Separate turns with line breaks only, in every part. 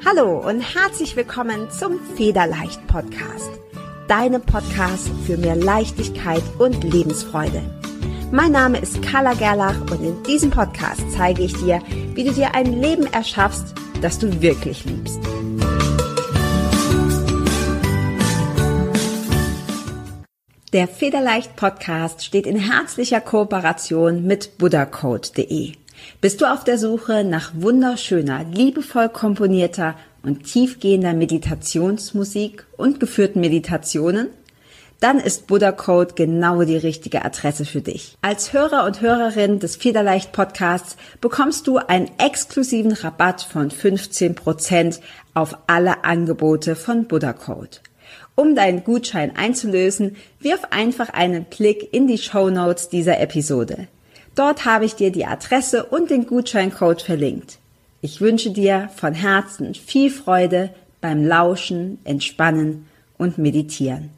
Hallo und herzlich willkommen zum Federleicht Podcast. Deinem Podcast für mehr Leichtigkeit und Lebensfreude. Mein Name ist Carla Gerlach und in diesem Podcast zeige ich dir, wie du dir ein Leben erschaffst, das du wirklich liebst. Der Federleicht Podcast steht in herzlicher Kooperation mit buddhacode.de. Bist du auf der Suche nach wunderschöner, liebevoll komponierter und tiefgehender Meditationsmusik und geführten Meditationen? Dann ist Buddha Code genau die richtige Adresse für dich. Als Hörer und Hörerin des Federleicht Podcasts bekommst du einen exklusiven Rabatt von 15% auf alle Angebote von Buddha Code. Um deinen Gutschein einzulösen, wirf einfach einen Blick in die Shownotes dieser Episode. Dort habe ich dir die Adresse und den Gutscheincode verlinkt. Ich wünsche dir von Herzen viel Freude beim Lauschen, Entspannen und Meditieren.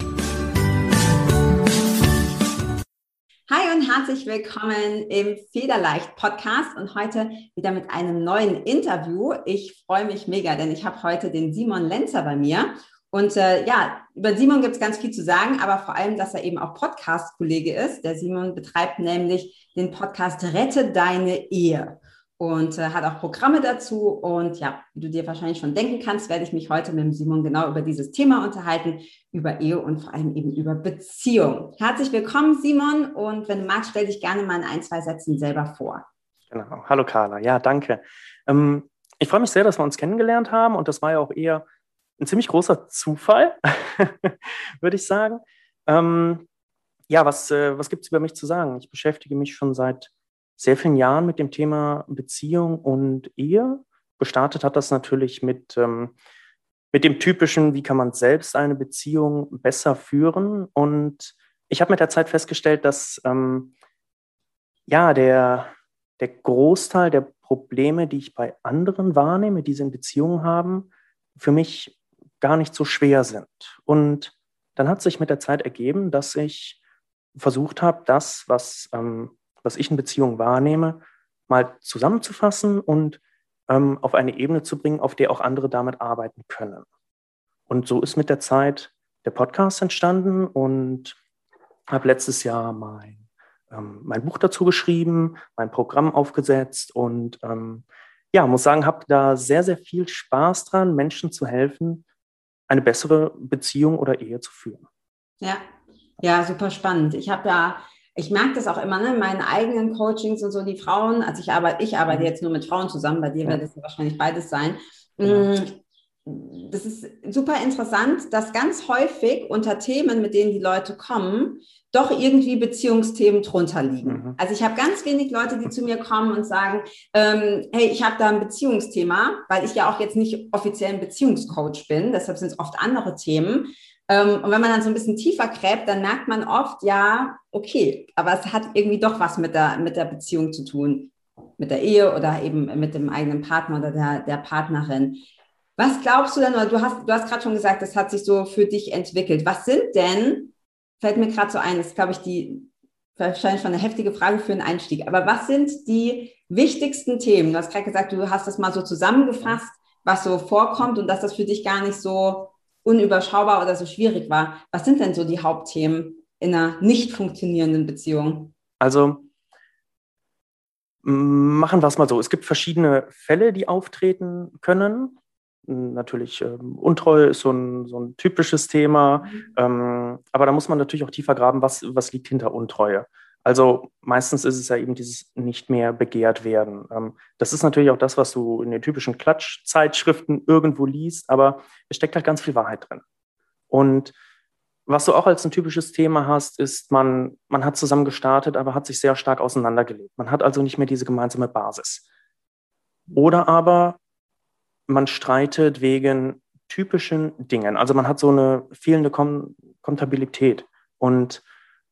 Hi und herzlich willkommen im Federleicht Podcast und heute wieder mit einem neuen Interview. Ich freue mich mega, denn ich habe heute den Simon Lenzer bei mir. Und über Simon gibt es ganz viel zu sagen, aber vor allem, dass er eben auch Podcast-Kollege ist. Der Simon betreibt nämlich den Podcast Rette deine Ehe und hat auch Programme dazu. Und ja, wie du dir wahrscheinlich schon denken kannst, werde ich mich heute mit dem Simon genau über dieses Thema unterhalten, über Ehe und vor allem eben über Beziehung. Herzlich willkommen, Simon. Und wenn du magst, stell dich gerne mal in 1-2 Sätzen selber vor.
Genau. Hallo Carla. Ja, danke. Ich freue mich sehr, dass wir uns kennengelernt haben und das war ja auch eher ein ziemlich großer Zufall, würde ich sagen. Was gibt es über mich zu sagen? Ich beschäftige mich schon seit sehr vielen Jahren mit dem Thema Beziehung und Ehe. Gestartet hat das natürlich mit dem typischen, wie kann man selbst eine Beziehung besser führen? Und ich habe mit der Zeit festgestellt, dass der Großteil der Probleme, die ich bei anderen wahrnehme, die sie in Beziehungen haben, für mich gar nicht so schwer sind. Und dann hat sich mit der Zeit ergeben, dass ich versucht habe, das, was ich in Beziehungen wahrnehme, mal zusammenzufassen und auf eine Ebene zu bringen, auf der auch andere damit arbeiten können. Und so ist mit der Zeit der Podcast entstanden und habe letztes Jahr mein Buch dazu geschrieben, mein Programm aufgesetzt und muss sagen, habe da sehr, sehr viel Spaß dran, Menschen zu helfen, eine bessere Beziehung oder Ehe zu führen.
Ja, super spannend. Ich merke das auch immer, ne, in meinen eigenen Coachings und so, die Frauen, also ich arbeite jetzt nur mit Frauen zusammen, bei dir wird es wahrscheinlich beides sein. Genau. Das ist super interessant, dass ganz häufig unter Themen, mit denen die Leute kommen, doch irgendwie Beziehungsthemen drunter liegen. Mhm. Also ich habe ganz wenig Leute, die zu mir kommen und sagen, hey, ich habe da ein Beziehungsthema, weil ich ja auch jetzt nicht offiziell ein Beziehungscoach bin, deshalb sind es oft andere Themen. Und wenn man dann so ein bisschen tiefer gräbt, dann merkt man oft, ja, okay, aber es hat irgendwie doch was mit der Beziehung zu tun, mit der Ehe oder eben mit dem eigenen Partner oder der Partnerin. Was glaubst du denn, oder du hast gerade schon gesagt, das hat sich so für dich entwickelt. Was sind denn, fällt mir gerade so ein, das ist, glaube ich, wahrscheinlich schon eine heftige Frage für einen Einstieg, aber was sind die wichtigsten Themen? Du hast gerade gesagt, du hast das mal so zusammengefasst, was so vorkommt und dass das für dich gar nicht so unüberschaubar oder so schwierig war. Was sind denn so die Hauptthemen in einer nicht funktionierenden Beziehung?
Also machen wir es mal so. Es gibt verschiedene Fälle, die auftreten können. Natürlich, Untreue ist so ein typisches Thema, aber da muss man natürlich auch tiefer graben, was liegt hinter Untreue. Also meistens ist es ja eben dieses nicht mehr begehrt werden. Das ist natürlich auch das, was du in den typischen Klatschzeitschriften irgendwo liest, aber es steckt halt ganz viel Wahrheit drin. Und was du auch als ein typisches Thema hast, ist, man hat zusammen gestartet, aber hat sich sehr stark auseinandergelebt. Man hat also nicht mehr diese gemeinsame Basis. Oder aber man streitet wegen typischen Dingen. Also man hat so eine fehlende Kompatibilität. Und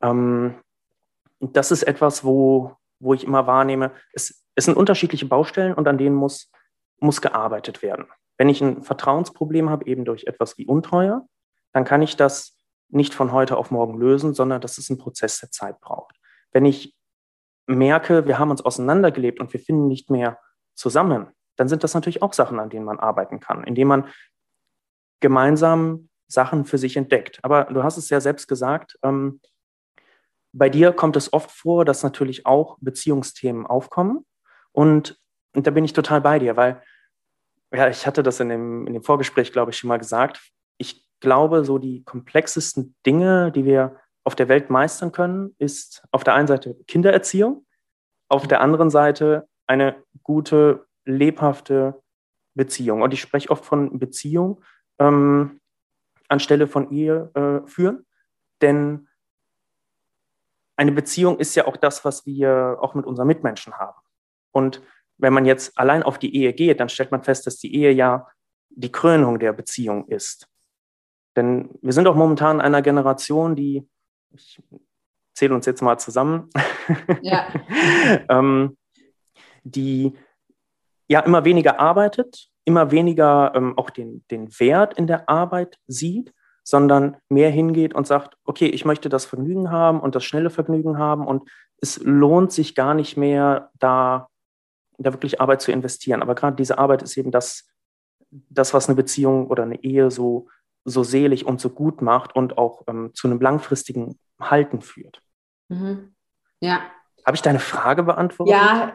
das ist etwas, wo ich immer wahrnehme, es sind unterschiedliche Baustellen und an denen muss gearbeitet werden. Wenn ich ein Vertrauensproblem habe, eben durch etwas wie Untreue, dann kann ich das nicht von heute auf morgen lösen, sondern das ist ein Prozess, der Zeit braucht. Wenn ich merke, wir haben uns auseinandergelebt und wir finden nicht mehr zusammen, dann sind das natürlich auch Sachen, an denen man arbeiten kann, indem man gemeinsam Sachen für sich entdeckt. Aber du hast es ja selbst gesagt, bei dir kommt es oft vor, dass natürlich auch Beziehungsthemen aufkommen. Und da bin ich total bei dir, weil, ja, ich hatte das in dem Vorgespräch, glaube ich, schon mal gesagt. Ich glaube, so die komplexesten Dinge, die wir auf der Welt meistern können, ist auf der einen Seite Kindererziehung, auf der anderen Seite eine gute, lebhafte Beziehung. Und ich spreche oft von Beziehung anstelle von Ehe führen, denn eine Beziehung ist ja auch das, was wir auch mit unseren Mitmenschen haben. Und wenn man jetzt allein auf die Ehe geht, dann stellt man fest, dass die Ehe ja die Krönung der Beziehung ist. Denn wir sind auch momentan in einer Generation, ich zähle uns jetzt mal zusammen,
Ja.
die ja immer weniger arbeitet, immer weniger auch den Wert in der Arbeit sieht, sondern mehr hingeht und sagt, okay, ich möchte das Vergnügen haben und das schnelle Vergnügen haben und es lohnt sich gar nicht mehr, da wirklich Arbeit zu investieren. Aber gerade diese Arbeit ist eben das, was eine Beziehung oder eine Ehe so selig und so gut macht und auch zu einem langfristigen Halten führt.
Mhm. Ja.
Habe ich deine Frage beantwortet?
Ja,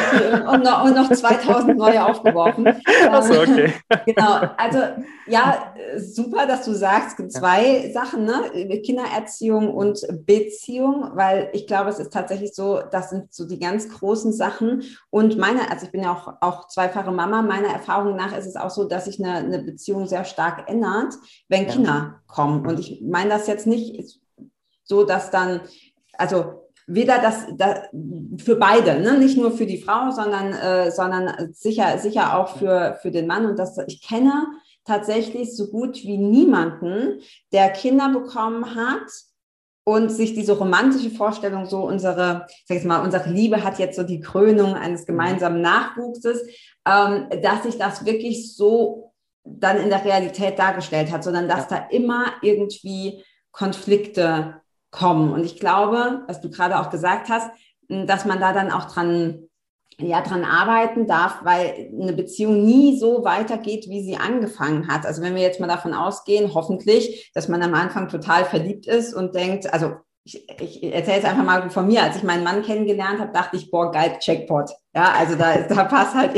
und noch 2000 neue aufgeworfen.
Achso, okay.
Genau, also ja, super, dass du sagst, es gibt zwei Sachen, ne? Kindererziehung und Beziehung, weil ich glaube, es ist tatsächlich so, das sind so die ganz großen Sachen. Und also ich bin ja auch zweifache Mama, meiner Erfahrung nach ist es auch so, dass sich eine Beziehung sehr stark ändert, wenn Kinder kommen. Und ich meine das jetzt nicht so, dass dann, also weder das für beide, ne? Nicht nur für die Frau, sondern sicher auch für den Mann. Und ich kenne tatsächlich so gut wie niemanden, der Kinder bekommen hat und sich diese romantische Vorstellung, so unsere Liebe hat jetzt so die Krönung eines gemeinsamen Nachwuchses, dass sich das wirklich so dann in der Realität dargestellt hat, sondern dass da immer irgendwie Konflikte kommen. Und ich glaube, was du gerade auch gesagt hast, dass man da dann auch dran arbeiten darf, weil eine Beziehung nie so weitergeht, wie sie angefangen hat. Also wenn wir jetzt mal davon ausgehen, hoffentlich, dass man am Anfang total verliebt ist und denkt, also ich erzähle jetzt einfach mal von mir, als ich meinen Mann kennengelernt habe, dachte ich, boah, geil, Jackpot. Ja, also da passt halt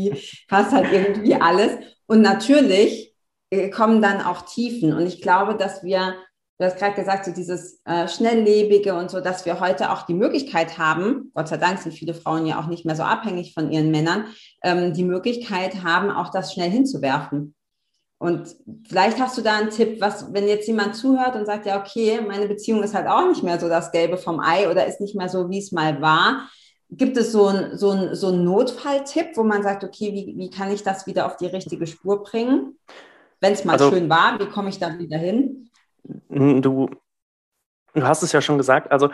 irgendwie alles. Und natürlich kommen dann auch Tiefen. Und ich glaube, dass du hast gerade gesagt, so dieses Schnelllebige und so, dass wir heute auch die Möglichkeit haben, Gott sei Dank sind viele Frauen ja auch nicht mehr so abhängig von ihren Männern, die Möglichkeit haben, auch das schnell hinzuwerfen. Und vielleicht hast du da einen Tipp, wenn jetzt jemand zuhört und sagt, ja, okay, meine Beziehung ist halt auch nicht mehr so das Gelbe vom Ei oder ist nicht mehr so, wie es mal war. Gibt es so einen Notfalltipp, wo man sagt, okay, wie kann ich das wieder auf die richtige Spur bringen? Wenn es mal schön war, wie komme ich da wieder hin?
Du hast es ja schon gesagt, also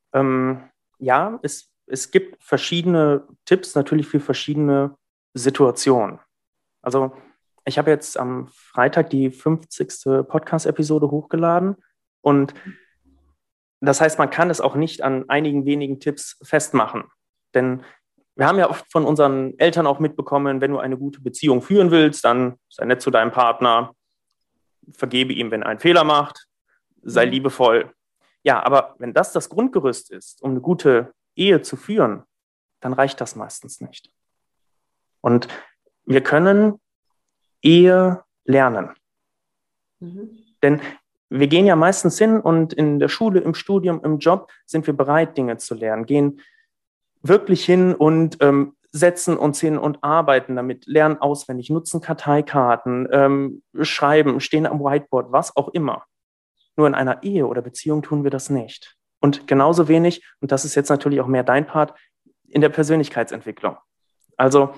ja, es gibt verschiedene Tipps natürlich für verschiedene Situationen. Also ich habe jetzt am Freitag die 50. Podcast-Episode hochgeladen und das heißt, man kann es auch nicht an einigen wenigen Tipps festmachen. Denn wir haben ja oft von unseren Eltern auch mitbekommen, wenn du eine gute Beziehung führen willst, dann sei nett zu deinem Partner, vergebe ihm, wenn er einen Fehler macht, sei liebevoll. Ja, aber wenn das Grundgerüst ist, um eine gute Ehe zu führen, dann reicht das meistens nicht. Und wir können Ehe lernen. Denn wir gehen ja meistens hin und in der Schule, im Studium, im Job sind wir bereit, Dinge zu lernen, gehen wirklich hin und setzen uns hin und arbeiten damit, lernen auswendig, nutzen Karteikarten, schreiben, stehen am Whiteboard, was auch immer. Nur in einer Ehe oder Beziehung tun wir das nicht. Und genauso wenig, und das ist jetzt natürlich auch mehr dein Part, in der Persönlichkeitsentwicklung. Also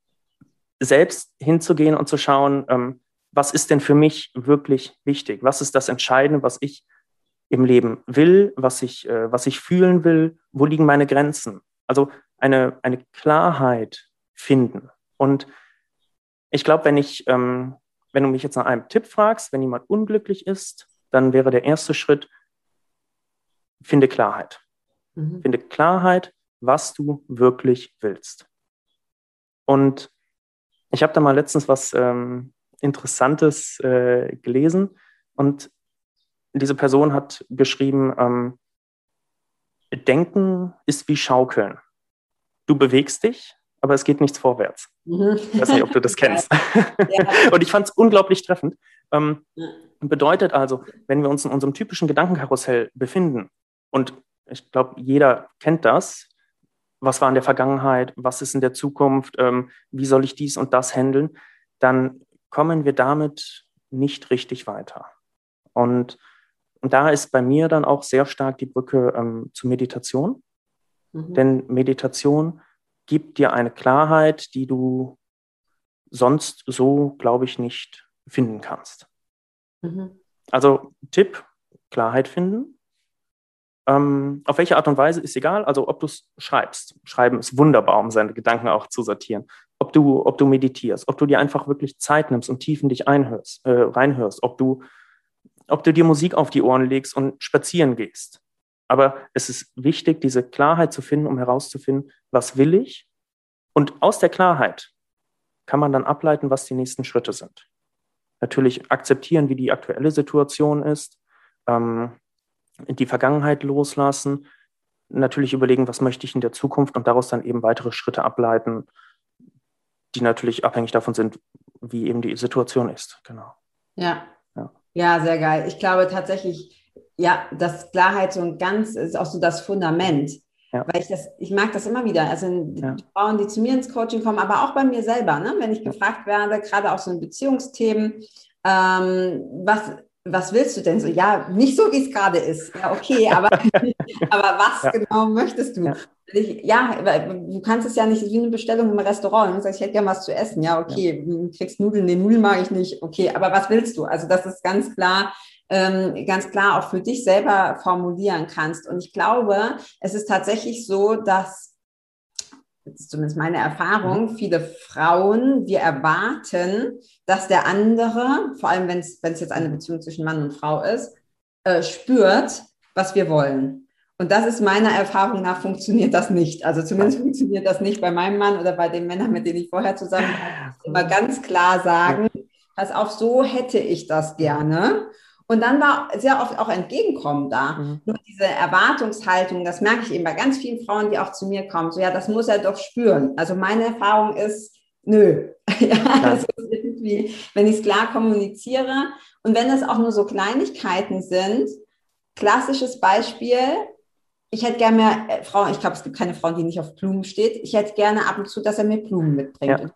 selbst hinzugehen und zu schauen, was ist denn für mich wirklich wichtig? Was ist das Entscheidende, was ich im Leben will, was ich fühlen will? Wo liegen meine Grenzen? Also eine Klarheit finden. Und ich glaube, wenn du mich jetzt nach einem Tipp fragst, wenn jemand unglücklich ist, dann wäre der erste Schritt, finde Klarheit. Finde Klarheit, was du wirklich willst. Und Ich habe da mal letztens was Interessantes gelesen und diese Person hat geschrieben, Denken ist wie Schaukeln. Du bewegst dich, aber es geht nichts vorwärts. Ich weiß nicht, ob du das kennst. Ja. Und ich fand es unglaublich treffend. Bedeutet also, wenn wir uns in unserem typischen Gedankenkarussell befinden, und ich glaube, jeder kennt das, was war in der Vergangenheit, was ist in der Zukunft, wie soll ich dies und das handeln, dann kommen wir damit nicht richtig weiter. Und da ist bei mir dann auch sehr stark die Brücke zur Meditation. Denn Meditation gibt dir eine Klarheit, die du sonst so, glaube ich, nicht finden kannst. Also Tipp, Klarheit finden. Auf welche Art und Weise ist egal. Also ob du es schreibst. Schreiben ist wunderbar, um seine Gedanken auch zu sortieren. Ob du meditierst, ob du dir einfach wirklich Zeit nimmst und tief in dich reinhörst, ob du dir Musik auf die Ohren legst und spazieren gehst. Aber es ist wichtig, diese Klarheit zu finden, um herauszufinden, was will ich? Und aus der Klarheit kann man dann ableiten, was die nächsten Schritte sind. Natürlich akzeptieren, wie die aktuelle Situation ist, die Vergangenheit loslassen, natürlich überlegen, was möchte ich in der Zukunft und daraus dann eben weitere Schritte ableiten, die natürlich abhängig davon sind, wie eben die Situation ist. Genau.
Ja, sehr geil. Ich glaube tatsächlich, ja, dass Klarheit so ein ganz ist auch so das Fundament. Ja. Weil ich mag das immer wieder. Also die Frauen, die zu mir ins Coaching kommen, aber auch bei mir selber, ne? Wenn ich gefragt werde, gerade auch so in Beziehungsthemen, was willst du denn so? Ja, nicht so, wie es gerade ist. Ja, okay, aber was genau möchtest du? Du kannst es ja nicht wie eine Bestellung im Restaurant. Du sagst, ich hätte gern was zu essen. Ja, okay, du kriegst Nudeln. Nee, Nudeln mag ich nicht. Okay, aber was willst du? Also das ist ganz klar auch für dich selber formulieren kannst. Und ich glaube, es ist tatsächlich so, dass, das ist zumindest meine Erfahrung, viele Frauen, wir erwarten, dass der andere, vor allem wenn es jetzt eine Beziehung zwischen Mann und Frau ist, spürt, was wir wollen. Und das ist meiner Erfahrung nach, funktioniert das nicht. Also zumindest funktioniert das nicht bei meinem Mann oder bei den Männern, mit denen ich vorher zusammen war. Immer ganz klar sagen, pass auf, so hätte ich das gerne. Und dann war sehr oft auch Entgegenkommen da. Nur diese Erwartungshaltung, das merke ich eben bei ganz vielen Frauen, die auch zu mir kommen. So, ja, das muss er doch spüren. Also meine Erfahrung ist, nö. Das ist irgendwie, wenn ich es klar kommuniziere und wenn es auch nur so Kleinigkeiten sind, klassisches Beispiel, ich hätte gerne mehr Frauen, ich glaube, es gibt keine Frauen, die nicht auf Blumen steht. Ich hätte gerne ab und zu, dass er mir Blumen mitbringt.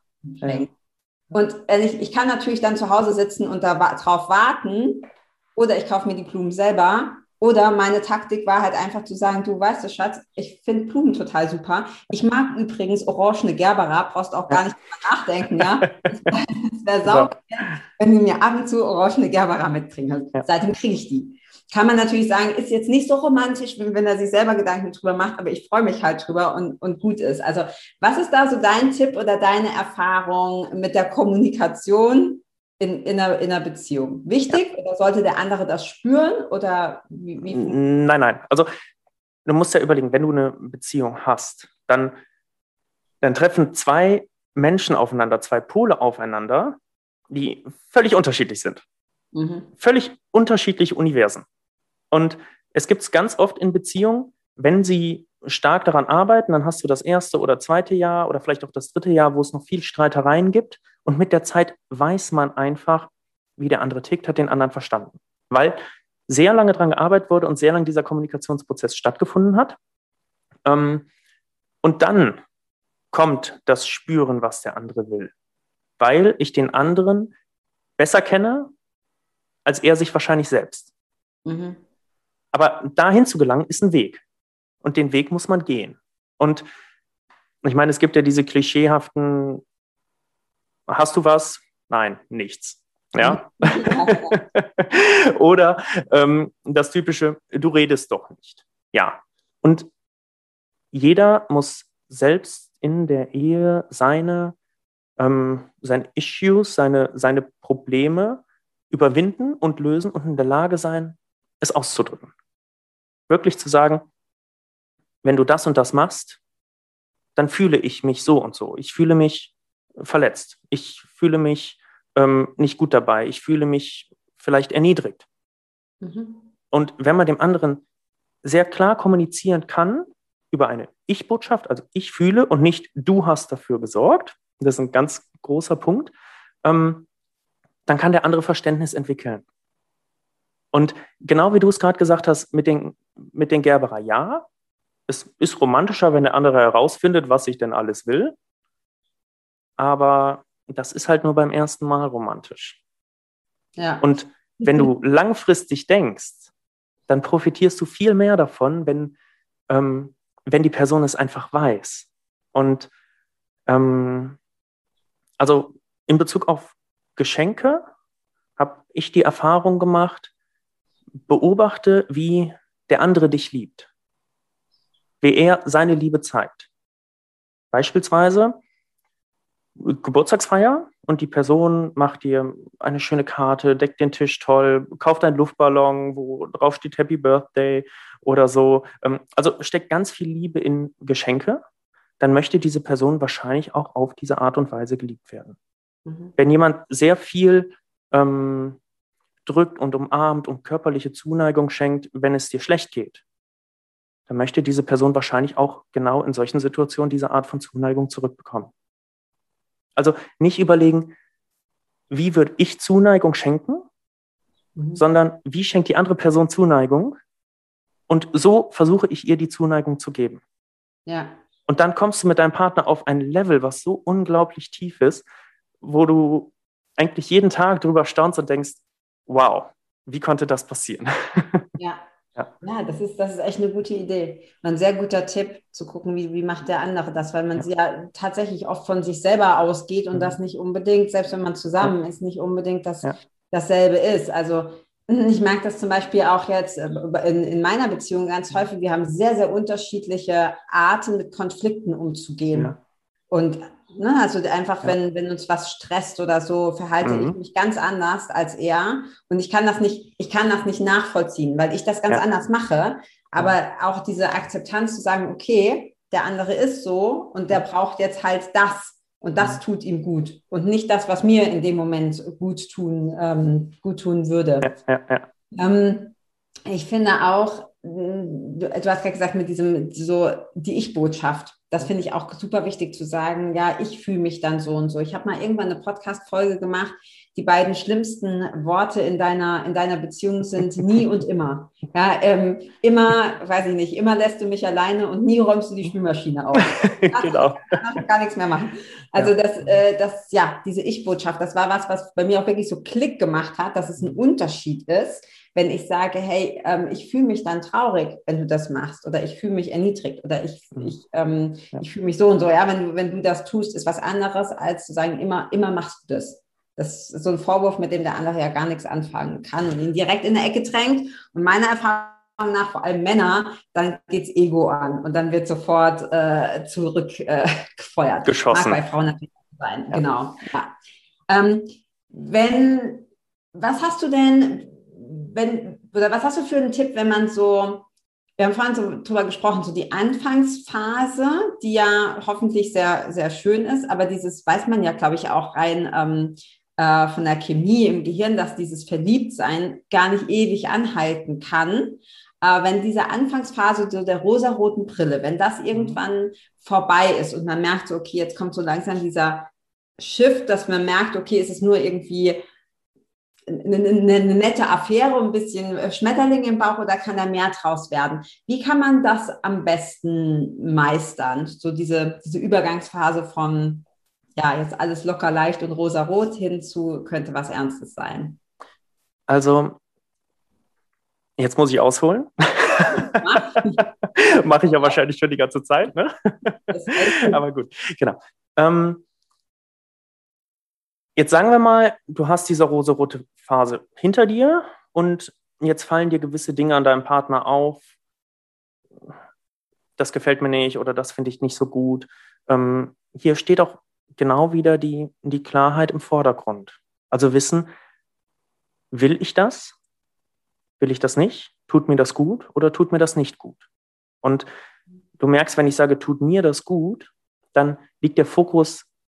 Und ich kann natürlich dann zu Hause sitzen und darauf warten, oder ich kaufe mir die Blumen selber. Oder meine Taktik war halt einfach zu sagen, du weißt du, Schatz, ich finde Blumen total super. Ich mag übrigens orangene Gerbera, brauchst auch gar nicht drüber nachdenken, ja. Das wäre sauber, wenn du mir ab und zu orangene Gerbera mitbringst. Seitdem kriege ich die. Kann man natürlich sagen, ist jetzt nicht so romantisch, wenn er sich selber Gedanken drüber macht, aber ich freue mich halt drüber und gut ist. Also was ist da so dein Tipp oder deine Erfahrung mit der Kommunikation in einer Beziehung? Wichtig oder sollte der andere das spüren oder wie?
Nein. Also du musst ja überlegen, wenn du eine Beziehung hast, dann treffen zwei Menschen aufeinander, zwei Pole aufeinander, die völlig unterschiedlich sind. Völlig unterschiedliche Universen. Und es gibt es ganz oft in Beziehungen, wenn sie stark daran arbeiten, dann hast du das erste oder zweite Jahr oder vielleicht auch das dritte Jahr, wo es noch viel Streitereien gibt. Und mit der Zeit weiß man einfach, wie der andere tickt, hat den anderen verstanden. Weil sehr lange daran gearbeitet wurde und sehr lange dieser Kommunikationsprozess stattgefunden hat. Und dann kommt das Spüren, was der andere will. Weil ich den anderen besser kenne, als er sich wahrscheinlich selbst. Aber dahin zu gelangen, ist ein Weg. Und den Weg muss man gehen. Und ich meine, es gibt ja diese klischeehaften, hast du was? Nein, nichts. Ja? Oder das typische, du redest doch nicht. Ja. Und jeder muss selbst in der Ehe seine Issues, seine Probleme überwinden und lösen und in der Lage sein, es auszudrücken. Wirklich zu sagen, wenn du das und das machst, dann fühle ich mich so und so. Ich fühle mich verletzt. Ich fühle mich nicht gut dabei. Ich fühle mich vielleicht erniedrigt. Und wenn man dem anderen sehr klar kommunizieren kann über eine Ich-Botschaft, also ich fühle und nicht du hast dafür gesorgt, das ist ein ganz großer Punkt, dann kann der andere Verständnis entwickeln. Und genau wie du es gerade gesagt hast, mit den Gerberer, ja, es ist romantischer, wenn der andere herausfindet, was ich denn alles will, aber das ist halt nur beim ersten Mal romantisch.
Ja.
Und wenn du langfristig denkst, dann profitierst du viel mehr davon, wenn die Person es einfach weiß. Und also in Bezug auf Geschenke habe ich die Erfahrung gemacht, beobachte, wie der andere dich liebt, wie er seine Liebe zeigt. Beispielsweise Geburtstagsfeier und die Person macht dir eine schöne Karte, deckt den Tisch toll, kauft einen Luftballon, wo drauf steht Happy Birthday oder so. Also steckt ganz viel Liebe in Geschenke, dann möchte diese Person wahrscheinlich auch auf diese Art und Weise geliebt werden. Wenn jemand sehr viel drückt und umarmt und körperliche Zuneigung schenkt, wenn es dir schlecht geht, dann möchte diese Person wahrscheinlich auch genau in solchen Situationen diese Art von Zuneigung zurückbekommen. Also nicht überlegen, wie würde ich Zuneigung schenken, sondern wie schenkt die andere Person Zuneigung und so versuche ich ihr die Zuneigung zu geben.
Ja.
Und dann kommst du mit deinem Partner auf ein Level, was so unglaublich tief ist, wo du eigentlich jeden Tag drüber staunst und denkst, wow, wie konnte das passieren?
Ja. Ja, das ist echt eine gute Idee. Ein sehr guter Tipp, zu gucken, wie macht der andere das, weil man ja tatsächlich oft von sich selber ausgeht und das nicht unbedingt, selbst wenn man zusammen ist, nicht unbedingt dasselbe ist. Also ich merke das zum Beispiel auch jetzt in meiner Beziehung ganz häufig. Wir haben sehr, sehr unterschiedliche Arten, mit Konflikten umzugehen. Ja. Und also einfach, wenn uns was stresst oder so, verhalte ich mich ganz anders als er. Und ich kann das nicht nachvollziehen, weil ich das ganz anders mache. Aber auch diese Akzeptanz zu sagen, okay, der andere ist so und der braucht jetzt halt das. Und das tut ihm gut. Und nicht das, was mir in dem Moment gut tun würde. Ich finde auch, du hast gerade gesagt, mit diesem, so die Ich-Botschaft. Das finde ich auch super wichtig zu sagen, ja, ich fühle mich dann so und so. Ich habe mal irgendwann eine Podcast-Folge gemacht, die beiden schlimmsten Worte in deiner Beziehung sind nie und immer. Ja, immer, weiß ich nicht, immer lässt du mich alleine und nie räumst du die Spülmaschine auf.
Genau.
Gar nichts mehr machen. Also diese Ich-Botschaft, das war was bei mir auch wirklich so Klick gemacht hat, dass es ein Unterschied ist, wenn ich sage, hey, ich fühle mich dann traurig, wenn du das machst, oder ich fühle mich erniedrigt, oder ich fühle mich so und so. Ja, wenn du das tust, ist was anderes, als zu sagen, immer machst du das. Das ist so ein Vorwurf, mit dem der andere ja gar nichts anfangen kann und ihn direkt in der Ecke drängt. Und meiner Erfahrung nach, vor allem Männer, dann geht's Ego an und dann wird sofort zurückgefeuert.
Geschossen.
Mag bei Frauen natürlich sein,
ja.
Genau. Ja. Was hast du denn, was hast du für einen Tipp, wenn man so, wir haben vorhin so drüber gesprochen, so die Anfangsphase, die ja hoffentlich sehr, sehr schön ist, aber dieses weiß man ja, glaube ich, auch rein von der Chemie im Gehirn, dass dieses Verliebtsein gar nicht ewig anhalten kann. Wenn diese Anfangsphase so der rosaroten Brille, wenn das irgendwann vorbei ist und man merkt so, okay, jetzt kommt so langsam dieser Shift, dass man merkt, okay, es ist nur irgendwie eine nette Affäre, ein bisschen Schmetterling im Bauch, oder kann da mehr draus werden? Wie kann man das am besten meistern? So diese Übergangsphase von, ja, jetzt alles locker, leicht und rosarot hin zu, könnte was Ernstes sein.
Also, jetzt muss ich ausholen. Mache ich ja wahrscheinlich schon die ganze Zeit, ne? Aber gut, genau. Jetzt sagen wir mal, du hast diese rosarote Phase hinter dir und jetzt fallen dir gewisse Dinge an deinem Partner auf. Das gefällt mir nicht oder das finde ich nicht so gut. Hier steht auch genau wieder die Klarheit im Vordergrund. Also wissen, will ich das? Will ich das nicht? Tut mir das gut oder tut mir das nicht gut? Und du merkst, wenn ich sage, tut mir das gut, dann liegt der Fokus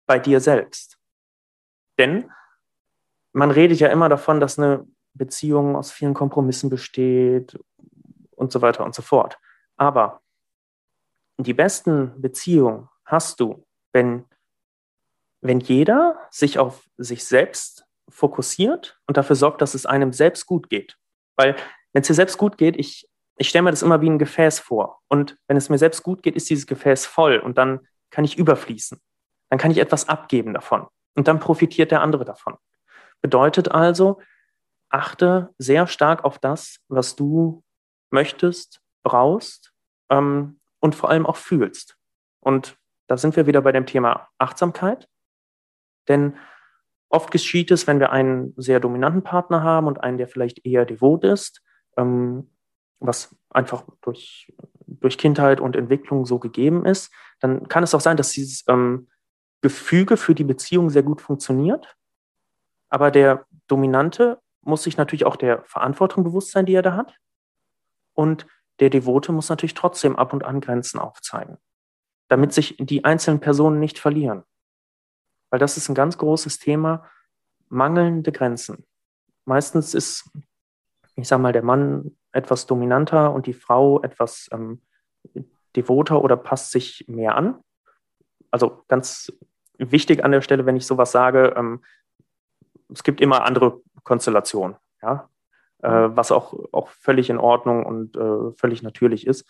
bei dir selbst. Denn man redet ja immer davon, dass eine Beziehung aus vielen Kompromissen besteht und so weiter und so fort. Aber die besten Beziehungen hast du, wenn jeder sich auf sich selbst fokussiert und dafür sorgt, dass es einem selbst gut geht. Weil wenn es dir selbst gut geht, ich stelle mir das immer wie ein Gefäß vor. Und wenn es mir selbst gut geht, ist dieses Gefäß voll und dann kann ich überfließen. Dann kann ich etwas abgeben davon. Und dann profitiert der andere davon. Bedeutet also, achte sehr stark auf das, was du möchtest, brauchst und vor allem auch fühlst. Und da sind wir wieder bei dem Thema Achtsamkeit. Denn oft geschieht es, wenn wir einen sehr dominanten Partner haben und einen, der vielleicht eher devot ist, was einfach durch Kindheit und Entwicklung so gegeben ist, dann kann es auch sein, dass dieses Gefüge für die Beziehung sehr gut funktioniert. Aber der Dominante muss sich natürlich auch der Verantwortung bewusst sein, die er da hat. Und der Devote muss natürlich trotzdem ab und an Grenzen aufzeigen, damit sich die einzelnen Personen nicht verlieren. Weil das ist ein ganz großes Thema, mangelnde Grenzen. Meistens ist, ich sage mal, der Mann etwas dominanter und die Frau etwas devoter oder passt sich mehr an. Also ganz wichtig an der Stelle, wenn ich sowas sage, es gibt immer andere Konstellationen, ja? Was auch völlig in Ordnung und völlig natürlich ist.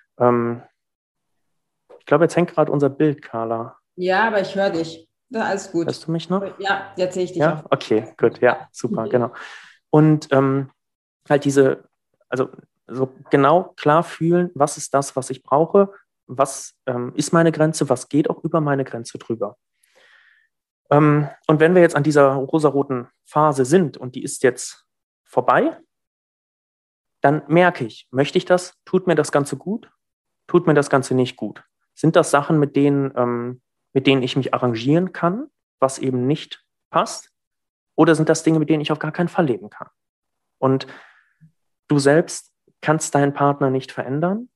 Ich glaube, jetzt hängt gerade unser Bild, Carla.
Ja, aber ich höre dich. Ja, alles gut.
Hörst du mich noch?
Ja, jetzt sehe ich dich
Ja,
auch.
okay, gut, ja, super, genau. Und halt also so genau klar fühlen, was ist das, was ich brauche, was ist meine Grenze, was geht auch über meine Grenze drüber. Und wenn wir jetzt an dieser rosaroten Phase sind und die ist jetzt vorbei, dann merke ich, möchte ich das? Tut mir das Ganze gut? Tut mir das Ganze nicht gut? Sind das Sachen, mit denen ich mich arrangieren kann, was eben nicht passt? Oder sind das Dinge, mit denen ich auf gar keinen Fall leben kann? Und du selbst kannst deinen Partner nicht verändern,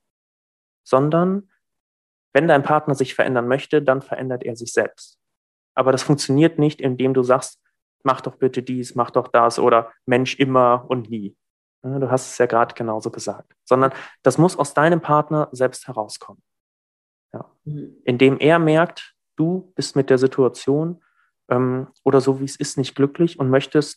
sondern wenn dein Partner sich verändern möchte, dann verändert er sich selbst. Aber das funktioniert nicht, indem du sagst, mach doch bitte dies, mach doch das oder Mensch immer und nie. Du hast es ja gerade genauso gesagt. Sondern das muss aus deinem Partner selbst herauskommen. Ja. Indem er merkt, du bist mit der Situation oder so wie es ist nicht glücklich und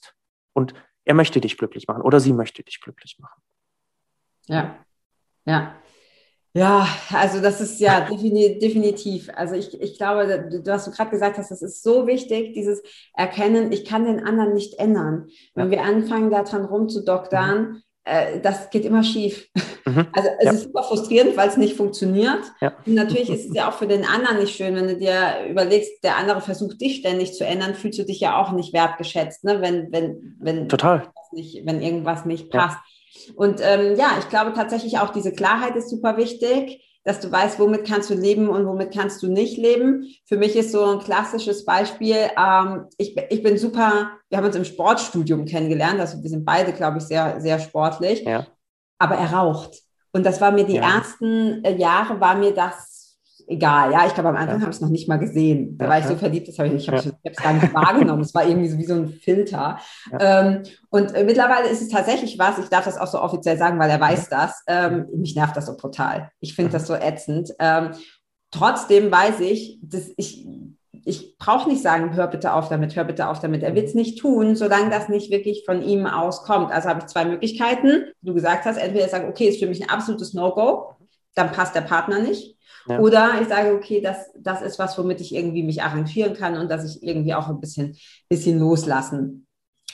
er möchte dich glücklich machen oder sie möchte dich glücklich machen.
Ja, ja. Ja, also das ist ja definitiv. Also ich glaube, was du gerade gesagt hast, das ist so wichtig, dieses Erkennen, ich kann den anderen nicht ändern. Wenn wir anfangen, daran rumzudoktern, das geht immer schief. Also es ist super frustrierend, weil es nicht funktioniert.
Ja.
Und natürlich ist es ja auch für den anderen nicht schön, wenn du dir überlegst, der andere versucht, dich ständig zu ändern, fühlst du dich ja auch nicht wertgeschätzt, ne?
Total.
Wenn irgendwas nicht passt. Und ich glaube tatsächlich auch, diese Klarheit ist super wichtig, dass du weißt, womit kannst du leben und womit kannst du nicht leben. Für mich ist so ein klassisches Beispiel, ich bin super, wir haben uns im Sportstudium kennengelernt, also wir sind beide, glaube ich, sehr, sehr sportlich, aber er raucht. Und das war mir die ersten Jahre, war mir das egal. Ja, ich glaube, am Anfang habe ich es noch nicht mal gesehen. Da war ich so verliebt, ich habe es gar nicht wahrgenommen. Es war irgendwie so wie so ein Filter. Und mittlerweile ist es tatsächlich was, ich darf das auch so offiziell sagen, weil er weiß das. Mich nervt das so total. Ich finde das so ätzend. Trotzdem weiß ich, dass ich brauche nicht sagen, hör bitte auf damit, hör bitte auf damit. Er wird es nicht tun, solange das nicht wirklich von ihm auskommt. Also habe ich zwei Möglichkeiten, wie du gesagt hast. Entweder ich sage, okay, ist für mich ein absolutes No-Go, dann passt der Partner nicht. Ja. Oder ich sage, okay, das ist was, womit ich irgendwie mich arrangieren kann und dass ich irgendwie auch ein bisschen loslassen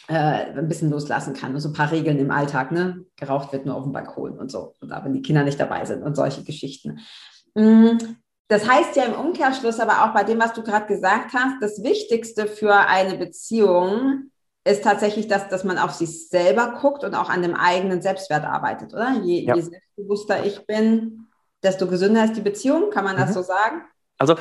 kann. Und so ein paar Regeln im Alltag, ne? Geraucht wird nur auf dem Balkon und so. Oder wenn die Kinder nicht dabei sind und solche Geschichten. Das heißt ja im Umkehrschluss aber auch bei dem, was du gerade gesagt hast, das Wichtigste für eine Beziehung ist tatsächlich, dass man auf sich selber guckt und auch an dem eigenen Selbstwert arbeitet, oder? Je selbstbewusster ich bin, desto gesünder ist die Beziehung. Kann man das so sagen?
Also,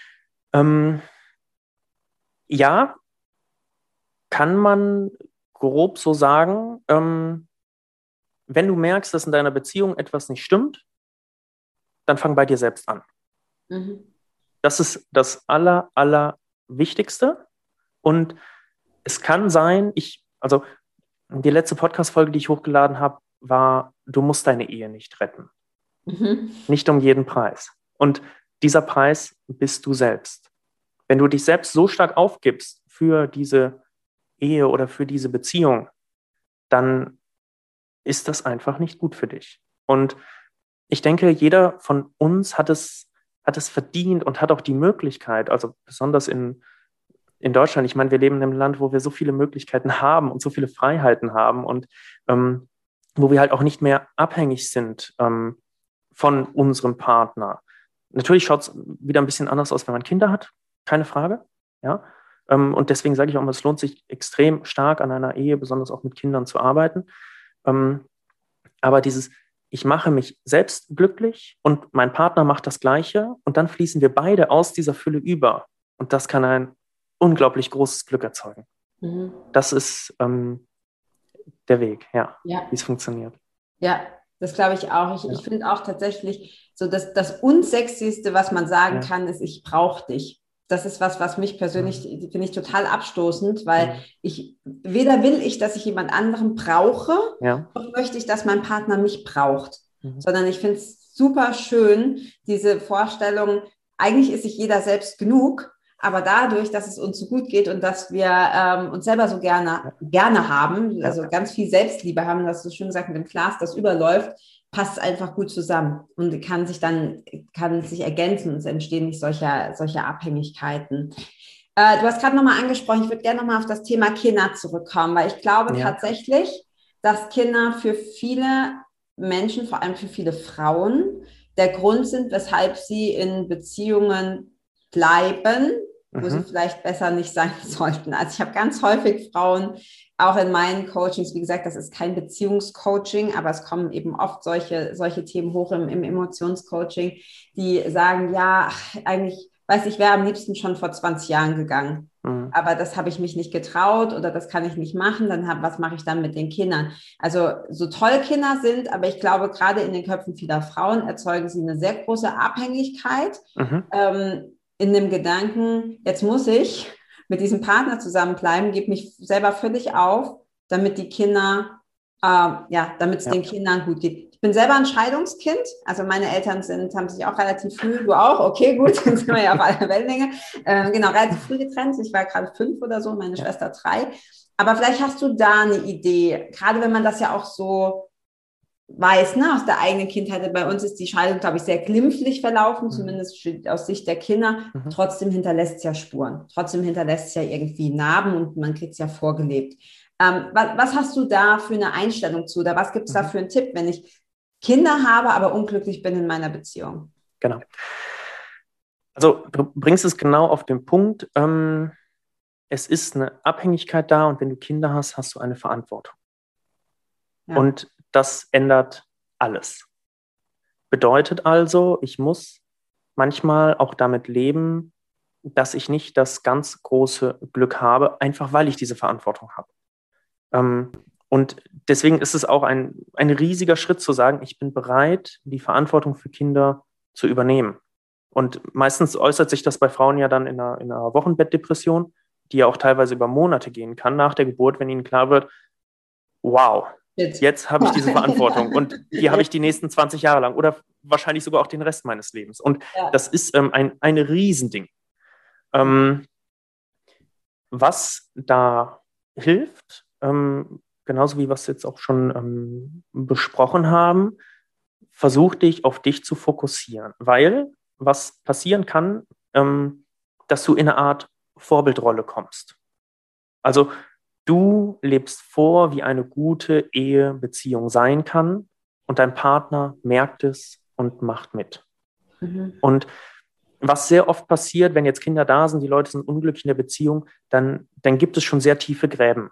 ja, kann man grob so sagen. Wenn du merkst, dass in deiner Beziehung etwas nicht stimmt, dann fang bei dir selbst an. Das ist das Wichtigste. Und es kann sein, also die letzte Podcast-Folge, die ich hochgeladen habe, war, du musst deine Ehe nicht retten. Nicht um jeden Preis. Und dieser Preis bist du selbst. Wenn du dich selbst so stark aufgibst für diese Ehe oder für diese Beziehung, dann ist das einfach nicht gut für dich. Und ich denke, jeder von uns hat es verdient und hat auch die Möglichkeit, also besonders in Deutschland, ich meine, wir leben in einem Land, wo wir so viele Möglichkeiten haben und so viele Freiheiten haben und wo wir halt auch nicht mehr abhängig sind von unserem Partner. Natürlich schaut es wieder ein bisschen anders aus, wenn man Kinder hat, keine Frage. Ja? Und deswegen sage ich auch, es lohnt sich extrem stark an einer Ehe, besonders auch mit Kindern zu arbeiten. Aber ich mache mich selbst glücklich und mein Partner macht das Gleiche und dann fließen wir beide aus dieser Fülle über. Und das kann ein unglaublich großes Glück erzeugen. Das ist der Weg, wie es funktioniert.
Ja, das glaube ich auch. Ich finde auch tatsächlich so, dass das Unsexyste, was man sagen kann, ist, ich brauche dich. Das ist was mich persönlich, finde ich, total abstoßend, weil weder will ich, dass ich jemand anderen brauche, noch möchte ich, dass mein Partner mich braucht. Sondern ich finde es super schön, diese Vorstellung, eigentlich ist sich jeder selbst genug, aber dadurch, dass es uns so gut geht und dass wir uns selber so gerne haben, also ganz viel Selbstliebe haben, das hast du schön gesagt, mit dem Glas, das überläuft, passt einfach gut zusammen und kann sich ergänzen und es entstehen nicht solche Abhängigkeiten. Du hast gerade nochmal angesprochen, ich würde gerne nochmal auf das Thema Kinder zurückkommen, weil ich glaube tatsächlich, dass Kinder für viele Menschen, vor allem für viele Frauen, der Grund sind, weshalb sie in Beziehungen bleiben, wo sie vielleicht besser nicht sein sollten. Also ich habe ganz häufig Frauen, auch in meinen Coachings, wie gesagt, das ist kein Beziehungscoaching, aber es kommen eben oft solche Themen hoch im Emotionscoaching, die sagen, ja, eigentlich, ich wäre am liebsten schon vor 20 Jahren gegangen. Aber das habe ich mich nicht getraut oder das kann ich nicht machen, was mache ich dann mit den Kindern? Also so toll Kinder sind, aber ich glaube, gerade in den Köpfen vieler Frauen erzeugen sie eine sehr große Abhängigkeit in dem Gedanken, jetzt muss ich mit diesem Partner zusammenbleiben, gebe mich selber völlig auf, damit die Kinder, damit es den Kindern gut geht. Ich bin selber ein Scheidungskind, also meine Eltern haben sich auch relativ früh, du auch, okay, gut, dann sind wir ja auf einer Wellenlänge, relativ früh getrennt, ich war gerade 5 oder so, meine Schwester 3, aber vielleicht hast du da eine Idee, gerade wenn man das ja auch so weiß, aus der eigenen Kindheit. Bei uns ist die Scheidung, glaube ich, sehr glimpflich verlaufen, zumindest aus Sicht der Kinder. Trotzdem hinterlässt es ja Spuren. Trotzdem hinterlässt es ja irgendwie Narben und man kriegt es ja vorgelebt. Was hast du da für eine Einstellung zu? Oder was gibt es da für einen Tipp, wenn ich Kinder habe, aber unglücklich bin in meiner Beziehung?
Genau. Also du bringst es genau auf den Punkt. Es ist eine Abhängigkeit da und wenn du Kinder hast, hast du eine Verantwortung. Ja. Und das ändert alles. Bedeutet also, ich muss manchmal auch damit leben, dass ich nicht das ganz große Glück habe, einfach weil ich diese Verantwortung habe. Und deswegen ist es auch ein riesiger Schritt zu sagen, ich bin bereit, die Verantwortung für Kinder zu übernehmen. Und meistens äußert sich das bei Frauen ja dann in einer Wochenbettdepression, die ja auch teilweise über Monate gehen kann nach der Geburt, wenn ihnen klar wird, wow, jetzt habe ich diese Verantwortung und die habe ich die nächsten 20 Jahre lang oder wahrscheinlich sogar auch den Rest meines Lebens. Und das ist ein Riesending. Was da hilft, genauso wie wir es jetzt auch schon besprochen haben, versuch dich auf dich zu fokussieren, weil was passieren kann, dass du in eine Art Vorbildrolle kommst. Also du lebst vor, wie eine gute Ehebeziehung sein kann und dein Partner merkt es und macht mit. Und was sehr oft passiert, wenn jetzt Kinder da sind, die Leute sind unglücklich in der Beziehung, dann gibt es schon sehr tiefe Gräben.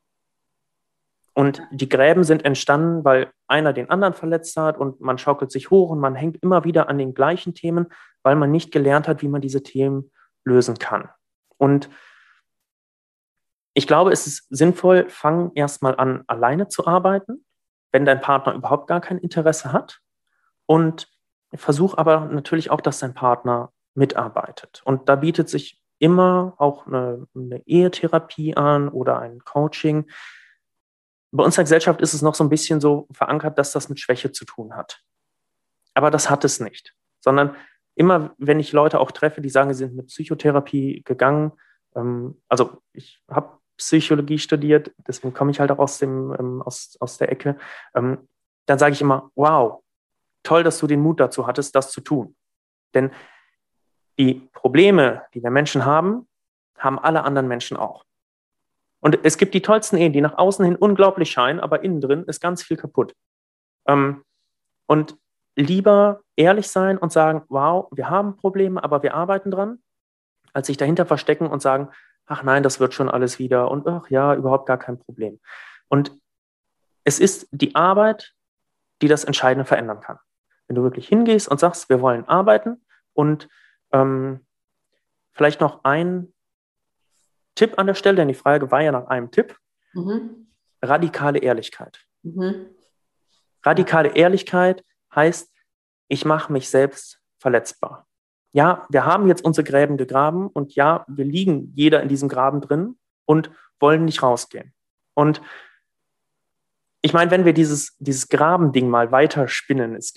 Und die Gräben sind entstanden, weil einer den anderen verletzt hat und man schaukelt sich hoch und man hängt immer wieder an den gleichen Themen, weil man nicht gelernt hat, wie man diese Themen lösen kann. Und ich glaube, es ist sinnvoll, fang erstmal an, alleine zu arbeiten, wenn dein Partner überhaupt gar kein Interesse hat. Und versuch aber natürlich auch, dass dein Partner mitarbeitet. Und da bietet sich immer auch eine Ehetherapie an oder ein Coaching. Bei uns in der Gesellschaft ist es noch so ein bisschen so verankert, dass das mit Schwäche zu tun hat. Aber das hat es nicht, sondern immer, wenn ich Leute auch treffe, die sagen, sie sind mit Psychotherapie gegangen, also ich habe Psychologie studiert, deswegen komme ich halt auch aus der Ecke, dann sage ich immer, wow, toll, dass du den Mut dazu hattest, das zu tun. Denn die Probleme, die wir Menschen haben, haben alle anderen Menschen auch. Und es gibt die tollsten Ehen, die nach außen hin unglaublich scheinen, aber innen drin ist ganz viel kaputt. Und lieber ehrlich sein und sagen, wow, wir haben Probleme, aber wir arbeiten dran, als sich dahinter verstecken und sagen, ach nein, das wird schon alles wieder und ach ja, überhaupt gar kein Problem. Und es ist die Arbeit, die das Entscheidende verändern kann. Wenn du wirklich hingehst und sagst, wir wollen arbeiten und vielleicht noch ein Tipp an der Stelle, denn die Frage war ja nach einem Tipp. Radikale Ehrlichkeit. Radikale Ehrlichkeit heißt, ich mache mich selbst verletzbar. Ja, wir haben jetzt unsere Gräben gegraben und ja, wir liegen jeder in diesem Graben drin und wollen nicht rausgehen. Und ich meine, wenn wir dieses Grabending mal weiterspinnen, es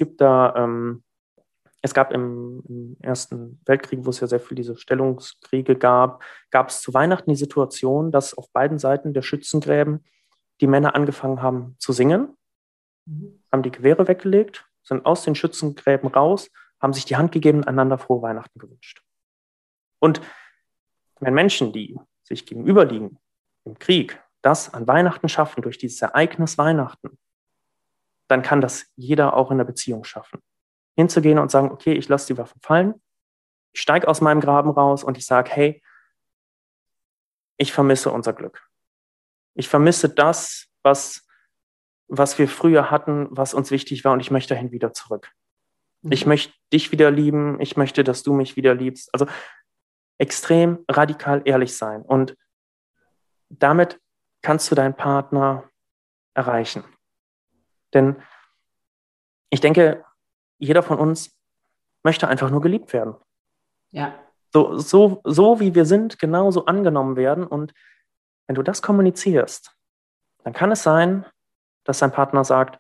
gab im Ersten Weltkrieg, wo es ja sehr viel diese Stellungskriege gab es zu Weihnachten die Situation, dass auf beiden Seiten der Schützengräben die Männer angefangen haben zu singen, haben die Gewehre weggelegt, sind aus den Schützengräben raus, haben sich die Hand gegeben und einander frohe Weihnachten gewünscht. Und wenn Menschen, die sich gegenüberliegen im Krieg, das an Weihnachten schaffen, durch dieses Ereignis Weihnachten, dann kann das jeder auch in der Beziehung schaffen. Hinzugehen und sagen, okay, ich lasse die Waffen fallen, ich steige aus meinem Graben raus und ich sage, hey, ich vermisse unser Glück. Ich vermisse das, was wir früher hatten, was uns wichtig war und ich möchte dahin wieder zurück. Ich möchte dich wieder lieben, ich möchte, dass du mich wieder liebst. Also extrem radikal ehrlich sein und damit kannst du deinen Partner erreichen. Denn ich denke, jeder von uns möchte einfach nur geliebt werden.
Ja.
So wie wir sind, genauso angenommen werden. Und wenn du das kommunizierst, dann kann es sein, dass dein Partner sagt,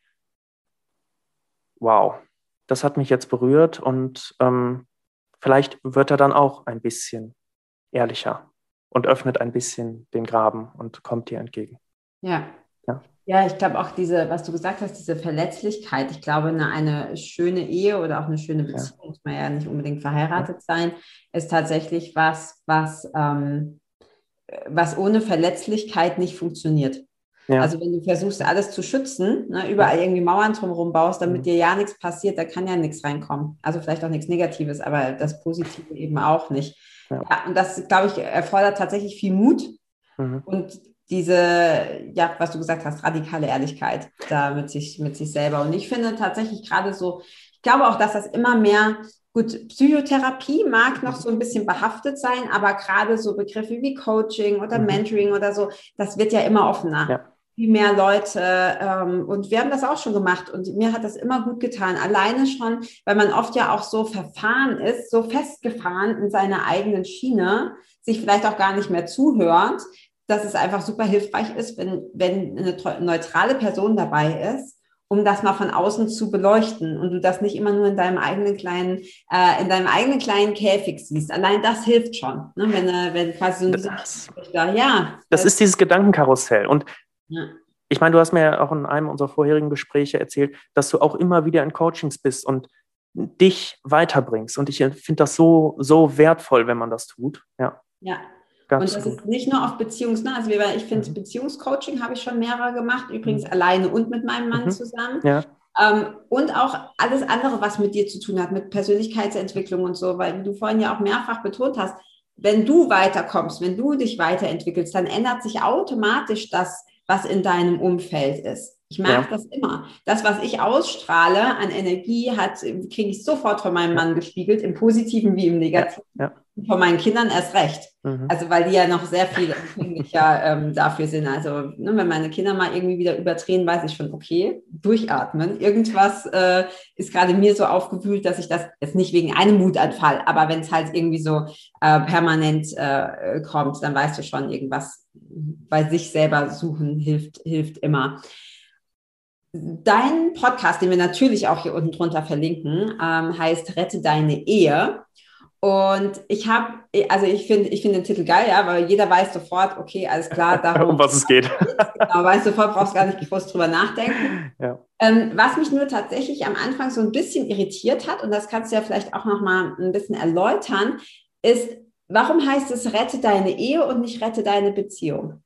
wow, das hat mich jetzt berührt und vielleicht wird er dann auch ein bisschen ehrlicher und öffnet ein bisschen den Graben und kommt dir entgegen.
Ja. Ja, ich glaube auch was du gesagt hast, diese Verletzlichkeit, ich glaube, eine schöne Ehe oder auch eine schöne Beziehung, muss man ja nicht unbedingt verheiratet sein, ist tatsächlich was ohne Verletzlichkeit nicht funktioniert. Ja. Also wenn du versuchst, alles zu schützen, ne, überall irgendwie Mauern drumherum baust, damit dir ja nichts passiert, da kann ja nichts reinkommen. Also vielleicht auch nichts Negatives, aber das Positive eben auch nicht. Ja, und das, glaube ich, erfordert tatsächlich viel Mut und diese, ja, was du gesagt hast, radikale Ehrlichkeit da mit sich selber. Und ich finde tatsächlich gerade so, ich glaube auch, dass das immer mehr, gut, Psychotherapie mag noch so ein bisschen behaftet sein, aber gerade so Begriffe wie Coaching oder Mentoring oder so, das wird ja immer offener. Ja. Viel mehr Leute und wir haben das auch schon gemacht und mir hat das immer gut getan, alleine schon, weil man oft ja auch so verfahren ist, so festgefahren in seiner eigenen Schiene, sich vielleicht auch gar nicht mehr zuhört, dass es einfach super hilfreich ist, wenn eine neutrale Person dabei ist, um das mal von außen zu beleuchten und du das nicht immer nur in deinem eigenen kleinen Käfig siehst. Allein das hilft schon, ne? Wenn quasi so
das ist dieses Gedankenkarussell und ich meine, du hast mir ja auch in einem unserer vorherigen Gespräche erzählt, dass du auch immer wieder in Coachings bist und dich weiterbringst. Und ich finde das so wertvoll, wenn man das tut. Ja.
Und das ist nicht nur auf also ich finde, Beziehungscoaching habe ich schon mehrere gemacht, übrigens alleine und mit meinem Mann zusammen. Ja. Und auch alles andere, was mit dir zu tun hat, mit Persönlichkeitsentwicklung und so, weil du vorhin ja auch mehrfach betont hast, wenn du weiterkommst, wenn du dich weiterentwickelst, dann ändert sich automatisch das, was in deinem Umfeld ist. Ich mag das immer. Das, was ich ausstrahle an Energie, kriege ich sofort von meinem Mann gespiegelt, im Positiven wie im Negativen. Von meinen Kindern erst recht. Also weil die ja noch sehr viel empfänglicher dafür sind. Also wenn meine Kinder mal irgendwie wieder überdrehen, weiß ich schon, okay, durchatmen. Irgendwas ist gerade mir so aufgewühlt, dass ich das jetzt nicht wegen einem Wutanfall, aber wenn es halt irgendwie so permanent kommt, dann weißt du schon, irgendwas bei sich selber suchen hilft immer. Dein Podcast, den wir natürlich auch hier unten drunter verlinken, heißt Rette deine Ehe. Und ich finde den Titel geil, ja, weil jeder weiß sofort, okay, alles klar, darum,
um was es geht.
Genau, weißt sofort, brauchst gar nicht groß drüber nachdenken.
Ja.
Was mich nur tatsächlich am Anfang so ein bisschen irritiert hat, und das kannst du ja vielleicht auch nochmal ein bisschen erläutern, ist, warum heißt es Rette deine Ehe und nicht Rette deine Beziehung?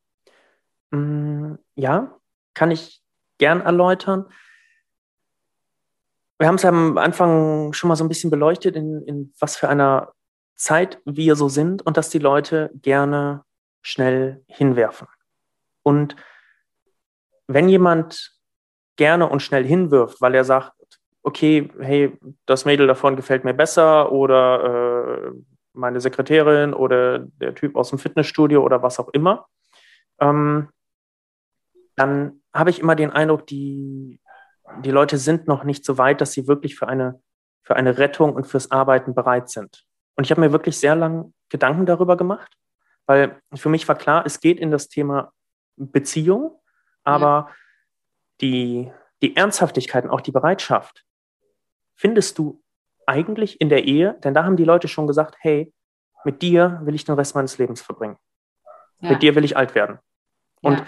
Ja, kann ich gern erläutern. Wir haben es ja am Anfang schon mal so ein bisschen beleuchtet, in was für einer Zeit wir so sind und dass die Leute gerne schnell hinwerfen. Und wenn jemand gerne und schnell hinwirft, weil er sagt, okay, hey, das Mädel davon gefällt mir besser oder meine Sekretärin oder der Typ aus dem Fitnessstudio oder was auch immer, dann habe ich immer den Eindruck, die Leute sind noch nicht so weit, dass sie wirklich für eine Rettung und fürs Arbeiten bereit sind. Und ich habe mir wirklich sehr lange Gedanken darüber gemacht, weil für mich war klar, es geht in das Thema Beziehung, aber die Ernsthaftigkeit und auch die Bereitschaft findest du eigentlich in der Ehe, denn da haben die Leute schon gesagt, hey, mit dir will ich den Rest meines Lebens verbringen. Ja. Mit dir will ich alt werden. Und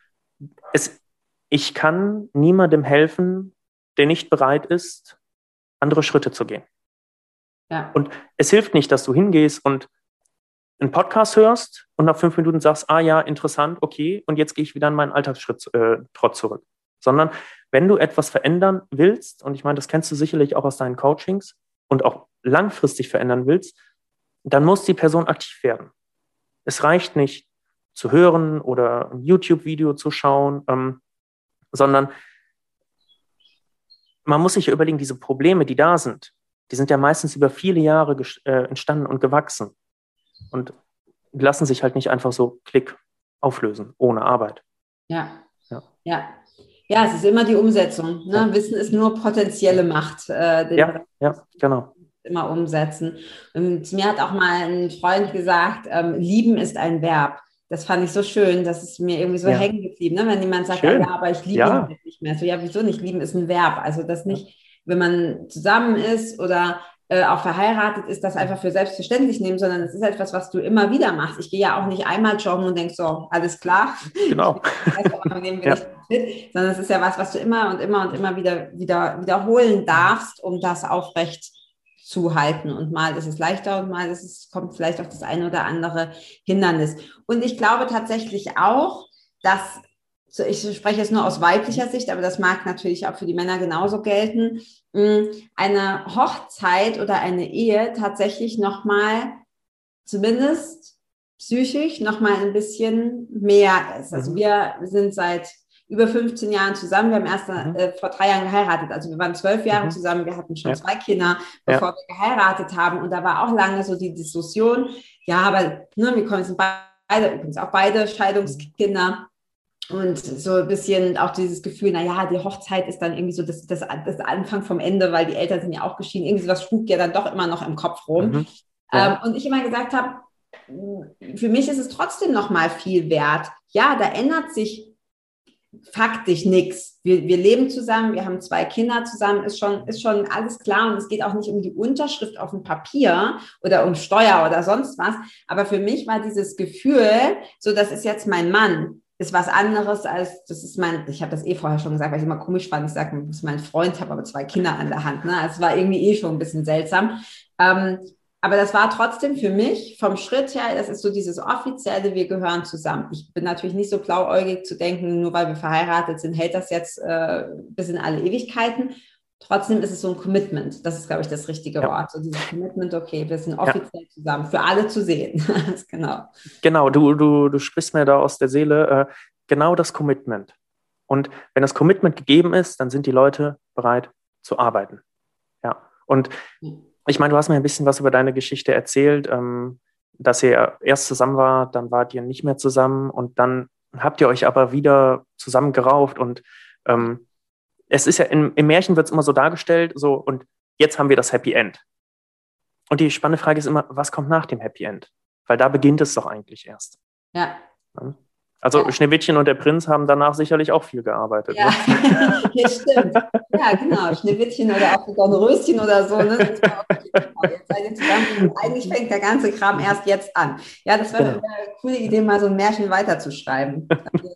ich kann niemandem helfen, der nicht bereit ist, andere Schritte zu gehen. Ja. Und es hilft nicht, dass du hingehst und einen Podcast hörst und nach 5 Minuten sagst, ja, interessant, okay, und jetzt gehe ich wieder in meinen Alltagsschritt trotz zurück. Sondern wenn du etwas verändern willst, und ich meine, das kennst du sicherlich auch aus deinen Coachings und auch langfristig verändern willst, dann muss die Person aktiv werden. Es reicht nicht zu hören oder ein YouTube-Video zu schauen, sondern man muss sich ja überlegen, diese Probleme, die da sind, die sind ja meistens über viele Jahre entstanden und gewachsen und lassen sich halt nicht einfach so klick auflösen, ohne Arbeit.
Ja, es ist immer die Umsetzung. Ne? Ja. Wissen ist nur potenzielle Macht.
Genau.
Immer umsetzen. Und mir hat auch mal ein Freund gesagt, lieben ist ein Verb. Das fand ich so schön, das ist mir irgendwie so hängen geblieben. Ne? Wenn jemand sagt, aber ich liebe ihn nicht mehr. So, wieso nicht? Lieben ist ein Verb. Also das nicht, wenn man zusammen ist oder auch verheiratet ist, das einfach für selbstverständlich nehmen, sondern es ist etwas, was du immer wieder machst. Ich gehe ja auch nicht einmal joggen und denke so, alles klar.
Genau.
Sondern es ist ja was du immer und immer und immer wieder wiederholen darfst, um das aufrecht zu halten. Und mal ist es leichter und mal kommt vielleicht auch das eine oder andere Hindernis. Und ich glaube tatsächlich auch, dass, ich spreche jetzt nur aus weiblicher Sicht, aber das mag natürlich auch für die Männer genauso gelten, eine Hochzeit oder eine Ehe tatsächlich nochmal, zumindest psychisch, nochmal ein bisschen mehr ist. Also wir sind seit über 15 Jahren zusammen. Wir haben erst vor 3 Jahren geheiratet. Also wir waren 12 Jahre zusammen. Wir hatten schon 2 Kinder, bevor wir geheiratet haben. Und da war auch lange so die Diskussion. Ja, aber wir sind beide Scheidungskinder. Und so ein bisschen auch dieses Gefühl, die Hochzeit ist dann irgendwie so das Anfang vom Ende, weil die Eltern sind ja auch geschieden. Irgendwie sowas spukt ja dann doch immer noch im Kopf rum. Und ich immer gesagt habe, für mich ist es trotzdem noch mal viel wert. Ja, da ändert sich faktisch nichts. Wir leben zusammen, wir haben 2 Kinder zusammen, ist schon alles klar, und es geht auch nicht um die Unterschrift auf dem Papier oder um Steuer oder sonst was. Aber für mich war dieses Gefühl, so, das ist jetzt mein Mann, ist was anderes als, ich habe das vorher schon gesagt, weil ich immer komisch fand, ich sage, das ist mein Freund, habe aber 2 Kinder an der Hand. Ne? Also es war irgendwie schon ein bisschen seltsam. Aber das war trotzdem für mich vom Schritt her, das ist so dieses offizielle, wir gehören zusammen. Ich bin natürlich nicht so blauäugig zu denken, nur weil wir verheiratet sind, hält das jetzt bis in alle Ewigkeiten. Trotzdem ist es so ein Commitment. Das ist, glaube ich, das richtige Wort. So dieses Commitment, okay, wir sind offiziell zusammen, für alle zu sehen.
Genau, du sprichst mir da aus der Seele. Genau das Commitment. Und wenn das Commitment gegeben ist, dann sind die Leute bereit zu arbeiten. Ja. Und ich meine, du hast mir ein bisschen was über deine Geschichte erzählt, dass ihr erst zusammen wart, dann wart ihr nicht mehr zusammen und dann habt ihr euch aber wieder zusammengerauft. Und es ist ja im Märchen wird es immer so dargestellt, so und jetzt haben wir das Happy End. Und die spannende Frage ist immer, was kommt nach dem Happy End? Weil da beginnt es doch eigentlich erst.
Ja.
Also Schneewittchen und der Prinz haben danach sicherlich auch viel gearbeitet.
Ja,
ne?
ja, stimmt. Ja, genau. Schneewittchen oder auch Dornröschen oder so. Ne? Das war okay. Jetzt seid ihr zusammen. Und eigentlich fängt der ganze Kram erst jetzt an. Ja, das wäre eine coole Idee, mal so ein Märchen weiterzuschreiben.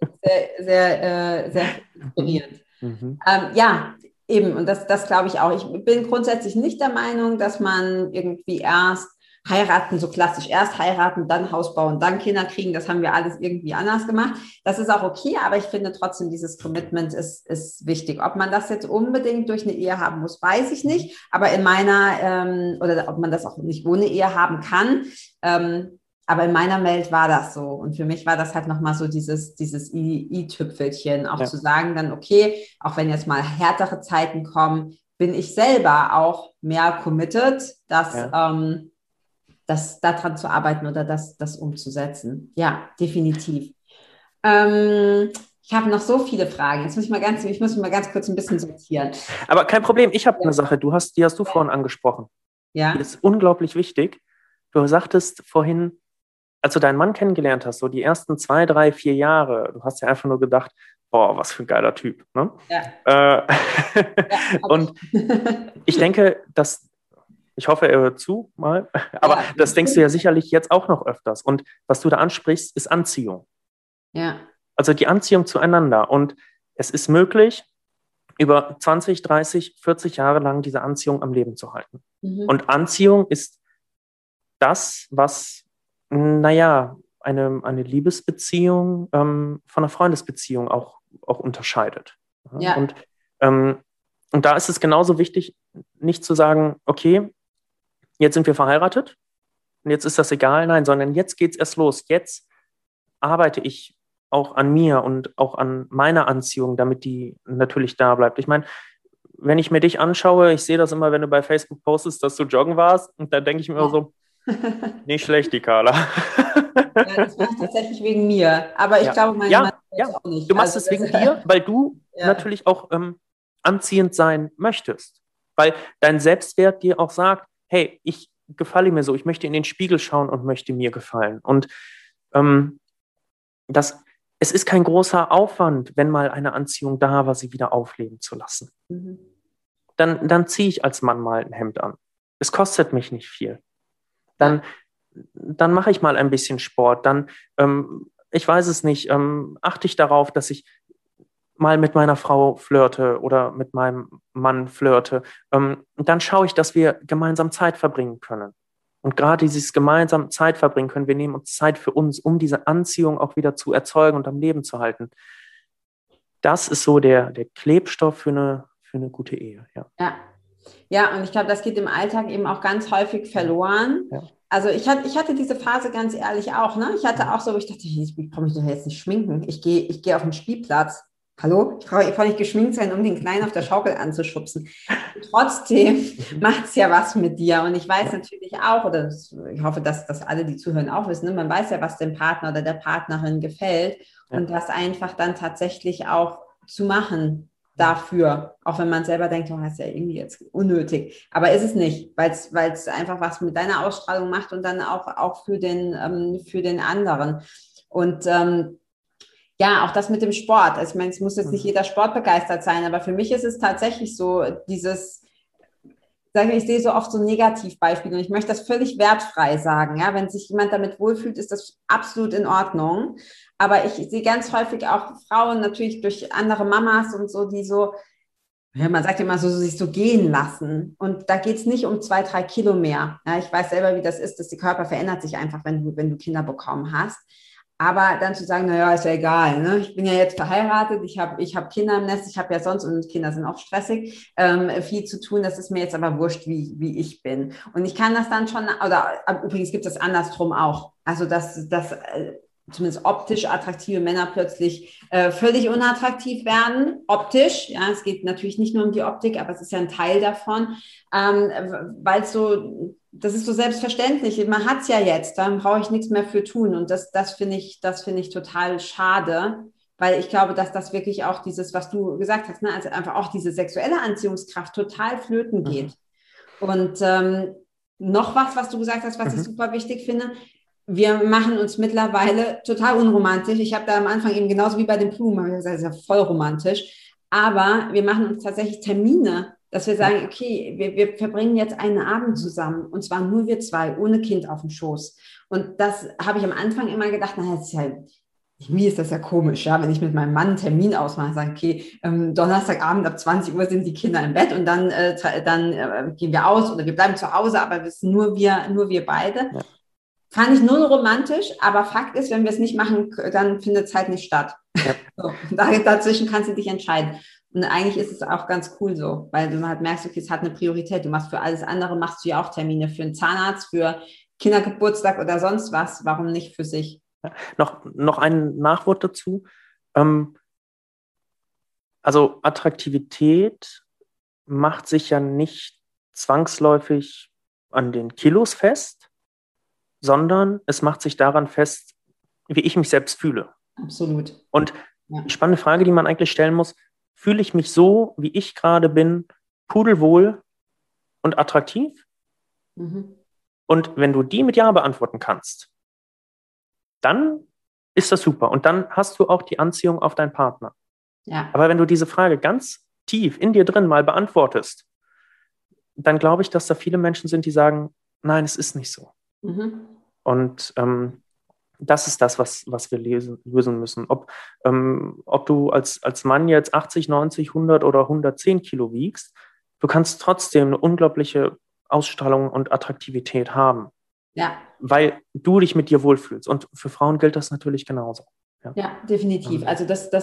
Sehr inspirierend. Ja, eben. Und das glaube ich auch. Ich bin grundsätzlich nicht der Meinung, dass man irgendwie erst heiraten, so klassisch, erst heiraten, dann Haus bauen, dann Kinder kriegen, das haben wir alles irgendwie anders gemacht. Das ist auch okay, aber ich finde trotzdem, dieses Commitment ist wichtig. Ob man das jetzt unbedingt durch eine Ehe haben muss, weiß ich nicht, aber in meiner, oder ob man das auch nicht ohne Ehe haben kann, aber in meiner Welt war das so. Und für mich war das halt nochmal so dieses i-Tüpfelchen, auch zu sagen dann, okay, auch wenn jetzt mal härtere Zeiten kommen, bin ich selber auch mehr committed, dass daran zu arbeiten oder das umzusetzen. Ja, definitiv. Ich habe noch so viele Fragen. Jetzt muss ich muss mal ganz kurz ein bisschen sortieren.
Aber kein Problem, ich habe eine Sache, die hast du vorhin angesprochen.
Ja.
Die ist unglaublich wichtig. Du sagtest vorhin, als du deinen Mann kennengelernt hast, so die ersten 2, 3, 4 Jahre, du hast ja einfach nur gedacht, boah, was für ein geiler Typ. Ne?
Ja.
Und ich denke, ich hoffe, er hört zu mal, aber das denkst du ja sicherlich jetzt auch noch öfters. Und was du da ansprichst, ist Anziehung.
Ja.
Also die Anziehung zueinander. Und es ist möglich, über 20, 30, 40 Jahre lang diese Anziehung am Leben zu halten. Und Anziehung ist das, was, eine Liebesbeziehung von einer Freundesbeziehung auch unterscheidet.
Ja.
Und da ist es genauso wichtig, nicht zu sagen, okay, jetzt sind wir verheiratet und jetzt ist das egal, nein, sondern jetzt geht es erst los. Jetzt arbeite ich auch an mir und auch an meiner Anziehung, damit die natürlich da bleibt. Ich meine, wenn ich mir dich anschaue, ich sehe das immer, wenn du bei Facebook postest, dass du joggen warst und da denke ich mir immer so, nicht schlecht, die Carla.
Ja, das mache ich tatsächlich wegen mir. Aber ich glaube, mein Mann auch nicht.
Du machst es wegen dir, weil du natürlich auch anziehend sein möchtest. Weil dein Selbstwert dir auch sagt, hey, ich gefalle mir so, ich möchte in den Spiegel schauen und möchte mir gefallen. Und es ist kein großer Aufwand, wenn mal eine Anziehung da war, sie wieder aufleben zu lassen. Dann ziehe ich als Mann mal ein Hemd an. Es kostet mich nicht viel. Dann mache ich mal ein bisschen Sport. Dann, ich weiß es nicht, achte ich darauf, dass ich mal mit meiner Frau flirte oder mit meinem Mann flirte. Dann schaue ich, dass wir gemeinsam Zeit verbringen können. Und gerade dieses gemeinsam Zeit verbringen können, wir nehmen uns Zeit für uns, um diese Anziehung auch wieder zu erzeugen und am Leben zu halten. Das ist so der Klebstoff für eine gute Ehe.
Ja, und ich glaube, das geht im Alltag eben auch ganz häufig verloren. Ja. Also ich hatte diese Phase ganz ehrlich auch. Ne? Ich hatte auch so, wo ich dachte, ich brauche mich doch jetzt nicht schminken. Ich gehe auf den Spielplatz. Hallo? Ich brauche nicht geschminkt sein, um den Kleinen auf der Schaukel anzuschubsen. Und trotzdem macht es ja was mit dir. Und ich weiß natürlich auch, oder ich hoffe, dass alle, die zuhören, auch wissen, ne? Man weiß ja, was dem Partner oder der Partnerin gefällt. Ja. Und das einfach dann tatsächlich auch zu machen dafür. Auch wenn man selber denkt, oh, das ist ja irgendwie jetzt unnötig. Aber ist es nicht, weil es einfach was mit deiner Ausstrahlung macht und dann auch für den anderen. Und ja, auch das mit dem Sport. Also ich meine, es muss jetzt nicht jeder Sport begeistert sein, aber für mich ist es tatsächlich so, ich sehe so oft so Negativbeispiele und ich möchte das völlig wertfrei sagen. Ja? Wenn sich jemand damit wohlfühlt, ist das absolut in Ordnung. Aber ich sehe ganz häufig auch Frauen, natürlich durch andere Mamas und so, die so, ja, man sagt immer so, sich so gehen lassen. Und da geht es nicht um 2, 3 Kilo mehr. Ja, ich weiß selber, wie das ist, dass der Körper verändert sich einfach, wenn du Kinder bekommen hast. Aber dann zu sagen, naja, ist ja egal, ne? Ich bin ja jetzt verheiratet, ich hab Kinder im Nest, ich habe ja sonst, und Kinder sind auch stressig, viel zu tun, das ist mir jetzt aber wurscht, wie ich bin. Und ich kann das dann schon, oder übrigens gibt es andersrum auch. Also zumindest optisch attraktive Männer plötzlich völlig unattraktiv werden. Optisch, ja, es geht natürlich nicht nur um die Optik, aber es ist ja ein Teil davon, weil es so, das ist so selbstverständlich. Man hat es ja jetzt, dann brauche ich nichts mehr für tun. Und das finde ich total schade, weil ich glaube, dass das wirklich auch dieses, was du gesagt hast, ne, also einfach auch diese sexuelle Anziehungskraft total flöten geht. Und noch was du gesagt hast, was ich super wichtig finde, wir machen uns mittlerweile total unromantisch. Ich habe da am Anfang eben genauso wie bei den Blumen, das ist ja voll romantisch, aber wir machen uns tatsächlich Termine, dass wir sagen, okay, wir verbringen jetzt einen Abend zusammen und zwar nur wir zwei, ohne Kind auf dem Schoß. Und das habe ich am Anfang immer gedacht, naja, das ist ja, mir ist das ja komisch, ja, wenn ich mit meinem Mann einen Termin ausmache, sage, okay, Donnerstagabend ab 20 Uhr sind die Kinder im Bett und dann gehen wir aus oder wir bleiben zu Hause, aber es sind nur wir beide. Ja. Fand ich null romantisch, aber Fakt ist, wenn wir es nicht machen, dann findet es halt nicht statt. Ja. So, dazwischen kannst du dich entscheiden. Und eigentlich ist es auch ganz cool so, weil du halt merkst, okay, es hat eine Priorität. Du machst für alles andere, machst du ja auch Termine für einen Zahnarzt, für Kindergeburtstag oder sonst was. Warum nicht für sich?
Ja. Noch ein Nachwort dazu. Also Attraktivität macht sich ja nicht zwangsläufig an den Kilos fest, sondern es macht sich daran fest, wie ich mich selbst fühle.
Absolut.
Und die spannende Frage, die man eigentlich stellen muss, fühle ich mich so, wie ich gerade bin, pudelwohl und attraktiv? Und wenn du die mit Ja beantworten kannst, dann ist das super. Und dann hast du auch die Anziehung auf deinen Partner. Ja. Aber wenn du diese Frage ganz tief in dir drin mal beantwortest, dann glaube ich, dass da viele Menschen sind, die sagen, nein, es ist nicht so. Und das ist das, was wir lösen müssen. Ob du als Mann jetzt 80, 90, 100 oder 110 Kilo wiegst, du kannst trotzdem eine unglaubliche Ausstrahlung und Attraktivität haben.
Ja.
Weil du dich mit dir wohlfühlst. Und für Frauen gilt das natürlich genauso.
Ja, definitiv. Also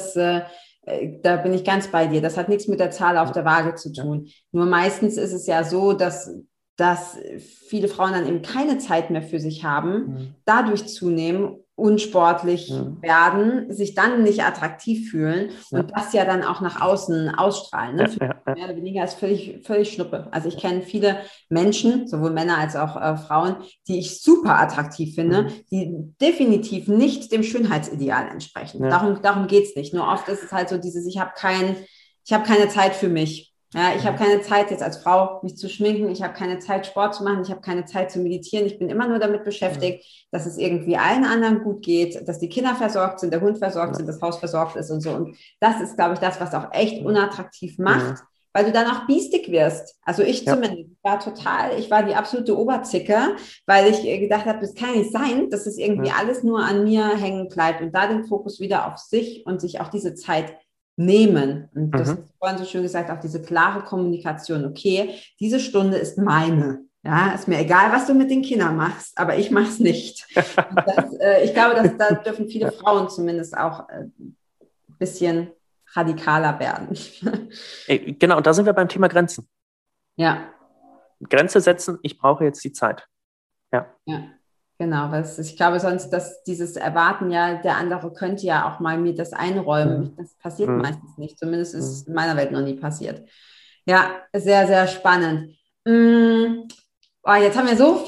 da bin ich ganz bei dir. Das hat nichts mit der Zahl auf der Waage zu tun. Nur meistens ist es ja so, dass viele Frauen dann eben keine Zeit mehr für sich haben, dadurch zunehmen, unsportlich werden, sich dann nicht attraktiv fühlen und das ja dann auch nach außen ausstrahlen. Ne? Mehr oder weniger ist völlig Schnuppe. Also ich kenne viele Menschen, sowohl Männer als auch Frauen, die ich super attraktiv finde, die definitiv nicht dem Schönheitsideal entsprechen. Darum geht es nicht. Nur oft ist es halt so dieses, ich habe keine Zeit für mich. Ja, ich habe keine Zeit, jetzt als Frau mich zu schminken. Ich habe keine Zeit, Sport zu machen. Ich habe keine Zeit zu meditieren. Ich bin immer nur damit beschäftigt, dass es irgendwie allen anderen gut geht, dass die Kinder versorgt sind, der Hund versorgt sind, das Haus versorgt ist und so. Und das ist, glaube ich, das, was auch echt unattraktiv macht, weil du dann auch biestig wirst. Also ich zumindest ich war die absolute Oberzicke, weil ich gedacht habe, das kann nicht sein, dass es irgendwie alles nur an mir hängen bleibt und da den Fokus wieder auf sich und sich auch diese Zeit nehmen. Und das hast du vorhin so schön gesagt, auch diese klare Kommunikation. Okay, diese Stunde ist meine. Ja, ist mir egal, was du mit den Kindern machst, aber ich mache es nicht. Ich glaube, da dürfen viele Frauen zumindest auch ein bisschen radikaler werden.
Genau, und da sind wir beim Thema Grenzen.
Ja.
Grenze setzen, ich brauche jetzt die Zeit. Ja.
Genau, ich glaube sonst, dass dieses Erwarten ja, der andere könnte ja auch mal mir das einräumen. Das passiert meistens nicht. Zumindest ist es in meiner Welt noch nie passiert. Ja, sehr, sehr spannend. Jetzt haben wir so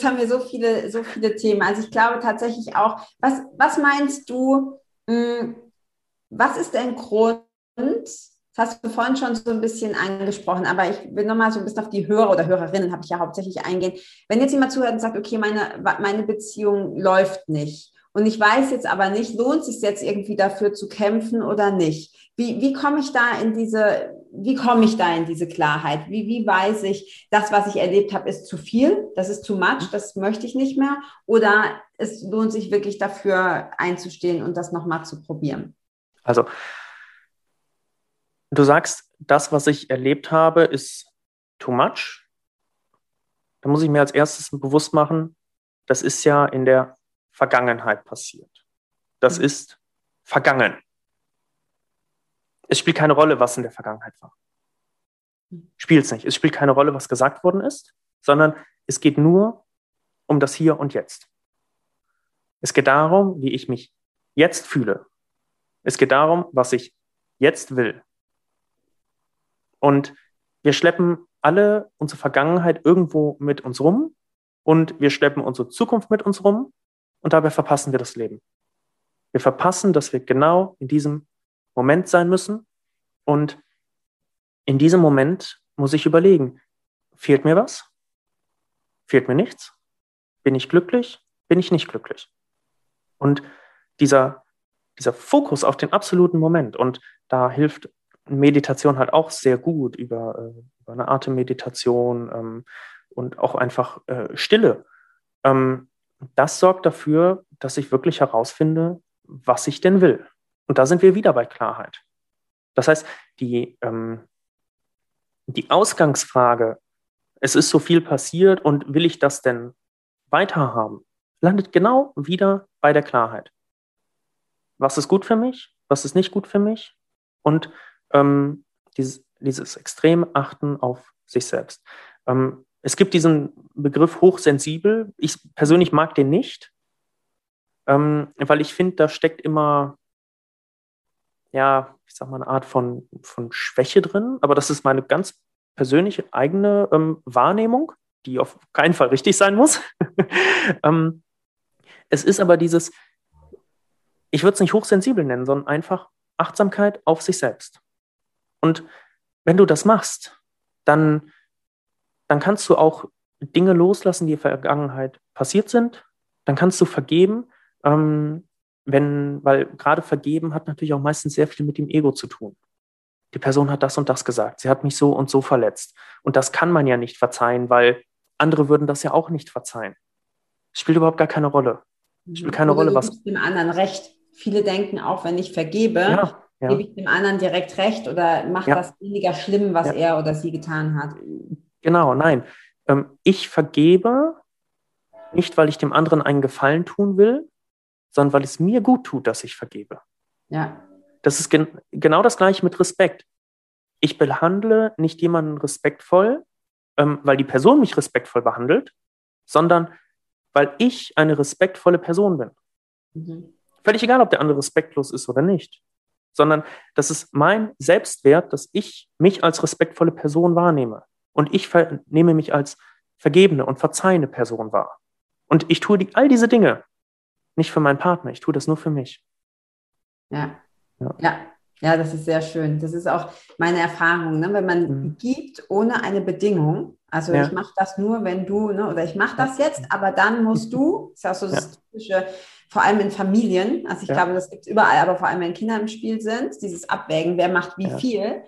viele Themen. Also ich glaube tatsächlich auch, was meinst du, was ist der Grund? Das hast du vorhin schon so ein bisschen angesprochen, aber ich will nochmal so ein bisschen auf die Hörer oder Hörerinnen, habe ich ja hauptsächlich eingehen. Wenn jetzt jemand zuhört und sagt, okay, meine Beziehung läuft nicht und ich weiß jetzt aber nicht, lohnt es sich jetzt irgendwie dafür zu kämpfen oder nicht? Wie komme ich da in diese Klarheit? Wie weiß ich, das, was ich erlebt habe, ist zu viel, das ist too much, das möchte ich nicht mehr oder es lohnt sich wirklich dafür einzustehen und das nochmal zu probieren?
Also, du sagst, das, was ich erlebt habe, ist too much. Da muss ich mir als erstes bewusst machen, das ist ja in der Vergangenheit passiert. Das ist vergangen. Es spielt keine Rolle, was in der Vergangenheit war. Spielt es nicht. Es spielt keine Rolle, was gesagt worden ist, sondern es geht nur um das Hier und Jetzt. Es geht darum, wie ich mich jetzt fühle. Es geht darum, was ich jetzt will. Und wir schleppen alle unsere Vergangenheit irgendwo mit uns rum und wir schleppen unsere Zukunft mit uns rum und dabei verpassen wir das Leben. Wir verpassen, dass wir genau in diesem Moment sein müssen und in diesem Moment muss ich überlegen, fehlt mir was? Fehlt mir nichts? Bin ich glücklich? Bin ich nicht glücklich? Und dieser Fokus auf den absoluten Moment, und da hilft Meditation halt auch sehr gut über eine Atemmeditation und auch einfach Stille. Das sorgt dafür, dass ich wirklich herausfinde, was ich denn will. Und da sind wir wieder bei Klarheit. Das heißt, die Ausgangsfrage, es ist so viel passiert und will ich das denn weiterhaben, landet genau wieder bei der Klarheit. Was ist gut für mich? Was ist nicht gut für mich? Und dieses extreme Achten auf sich selbst. Es gibt diesen Begriff hochsensibel. Ich persönlich mag den nicht, weil ich finde, da steckt immer, ja, ich sag mal, eine Art von Schwäche drin. Aber das ist meine ganz persönliche eigene Wahrnehmung, die auf keinen Fall richtig sein muss. Es ist aber dieses, ich würde es nicht hochsensibel nennen, sondern einfach Achtsamkeit auf sich selbst. Und wenn du das machst, dann kannst du auch Dinge loslassen, die in der Vergangenheit passiert sind. Dann kannst du vergeben, weil gerade vergeben hat natürlich auch meistens sehr viel mit dem Ego zu tun. Die Person hat das und das gesagt. Sie hat mich so und so verletzt. Und das kann man ja nicht verzeihen, weil andere würden das ja auch nicht verzeihen. Es spielt überhaupt gar keine Rolle. Es spielt keine
Oder
Rolle,
du
was.
gibst dem anderen Recht. Viele denken auch, wenn ich vergebe,
Ja,
gebe ich dem anderen direkt Recht oder macht das weniger schlimm, was er oder sie getan hat.
Genau, nein. Ich vergebe nicht, weil ich dem anderen einen Gefallen tun will, sondern weil es mir gut tut, dass ich vergebe.
Ja.
Das ist genau das Gleiche mit Respekt. Ich behandle nicht jemanden respektvoll, weil die Person mich respektvoll behandelt, sondern weil ich eine respektvolle Person bin.
Mhm.
Völlig egal, ob der andere respektlos ist oder nicht, sondern das ist mein Selbstwert, dass ich mich als respektvolle Person wahrnehme. Und ich nehme mich als vergebene und verzeihende Person wahr. Und ich tue all diese Dinge nicht für meinen Partner, ich tue das nur für mich.
Ja.
Ja.
Ja. Ja, das ist sehr schön. Das ist auch meine Erfahrung, ne? Wenn man gibt ohne eine Bedingung, also ich mache das nur, wenn du, ne? Oder ich mache das jetzt, aber dann musst du, ist auch so das Typische, vor allem in Familien, also ich glaube, das gibt es überall, aber vor allem, wenn Kinder im Spiel sind, dieses Abwägen, wer macht wie viel.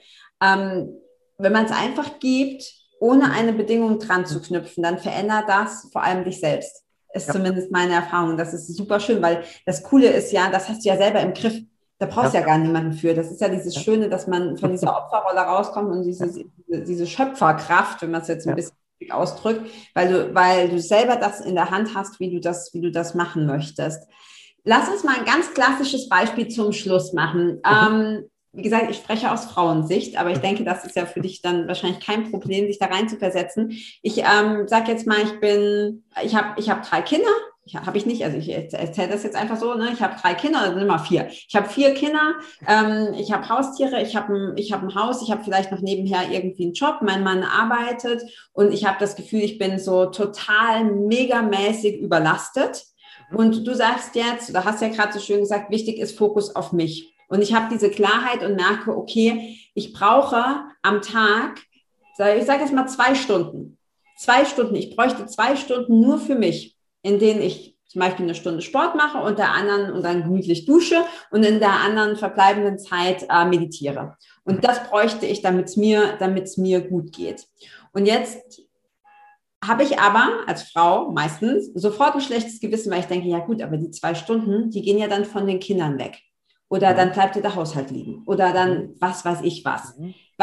Wenn man es einfach gibt, ohne eine Bedingung dran zu knüpfen, dann verändert das vor allem dich selbst. Ist zumindest meine Erfahrung. Das ist super schön, weil das Coole ist ja, das hast du ja selber im Griff. Da brauchst du ja gar niemanden für. Das ist ja dieses Schöne, dass man von dieser Opferrolle rauskommt und diese Schöpferkraft, wenn man es jetzt ein bisschen ausdrückt, weil du selber das in der Hand hast, wie du das machen möchtest. Lass uns mal ein ganz klassisches Beispiel zum Schluss machen. Wie gesagt, ich spreche aus Frauensicht, aber ich denke, das ist ja für dich dann wahrscheinlich kein Problem, sich da rein zu versetzen. Ich sage jetzt mal, ich hab 3 Kinder. Habe ich nicht, also ich erzähle das jetzt einfach so, ne? Ich habe 3 Kinder, also immer 4. Ich habe 4 Kinder, ich habe Haustiere, ich habe ein Haus, ich habe vielleicht noch nebenher irgendwie einen Job, mein Mann arbeitet und ich habe das Gefühl, ich bin so total megamäßig überlastet. Und du sagst jetzt, oder hast ja gerade so schön gesagt, wichtig ist Fokus auf mich. Und ich habe diese Klarheit und merke, okay, ich brauche am Tag, ich sage jetzt mal 2 Stunden. 2 Stunden, ich bräuchte 2 Stunden nur für mich, in denen ich zum Beispiel eine Stunde Sport mache und dann gemütlich dusche und in der anderen verbleibenden Zeit meditiere. Und das bräuchte ich, damit es mir gut geht. Und jetzt habe ich aber als Frau meistens sofort ein schlechtes Gewissen, weil ich denke, ja gut, aber die 2 Stunden, die gehen ja dann von den Kindern weg. Oder dann bleibt dir der Haushalt liegen. Oder dann was weiß ich was.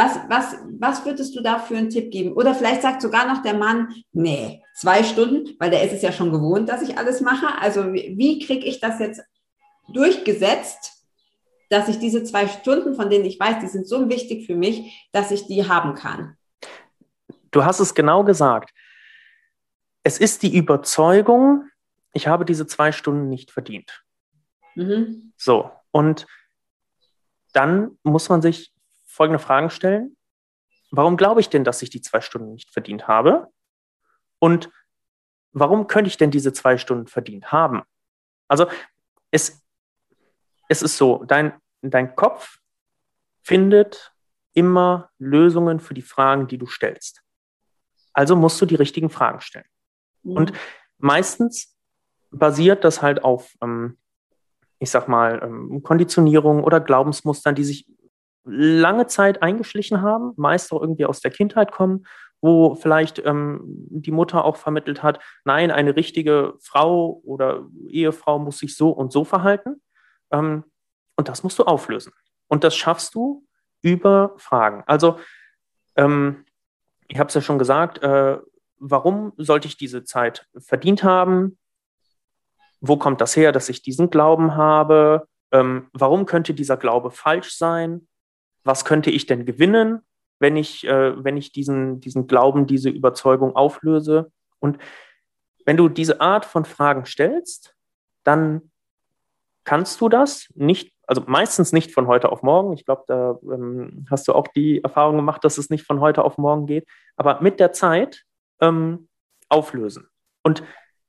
Was würdest du da für einen Tipp geben? Oder vielleicht sagt sogar noch der Mann, nee, 2 Stunden, weil der ist es ja schon gewohnt, dass ich alles mache. Also wie kriege ich das jetzt durchgesetzt, dass ich diese 2 Stunden, von denen ich weiß, die sind so wichtig für mich, dass ich die haben kann?
Du hast es genau gesagt. Es ist die Überzeugung, ich habe diese 2 Stunden nicht verdient.
Mhm.
So, und dann muss man sich folgende Fragen stellen. Warum glaube ich denn, dass ich die 2 Stunden nicht verdient habe? Und warum könnte ich denn diese 2 Stunden verdient haben? Also es ist so, dein Kopf findet immer Lösungen für die Fragen, die du stellst. Also musst du die richtigen Fragen stellen. Und meistens basiert das halt auf, ich sag mal, Konditionierung oder Glaubensmustern, die sich lange Zeit eingeschlichen haben, meist auch irgendwie aus der Kindheit kommen, wo vielleicht die Mutter auch vermittelt hat, nein, eine richtige Frau oder Ehefrau muss sich so und so verhalten. Und das musst du auflösen. Und das schaffst du über Fragen. Also, ich habe es ja schon gesagt, warum sollte ich diese Zeit verdient haben? Wo kommt das her, dass ich diesen Glauben habe? Warum könnte dieser Glaube falsch sein? Was könnte ich denn gewinnen, wenn ich diesen Glauben, diese Überzeugung auflöse? Und wenn du diese Art von Fragen stellst, dann kannst du das nicht, also meistens nicht von heute auf morgen. Ich glaube, da hast du auch die Erfahrung gemacht, dass es nicht von heute auf morgen geht, aber mit der Zeit auflösen. Und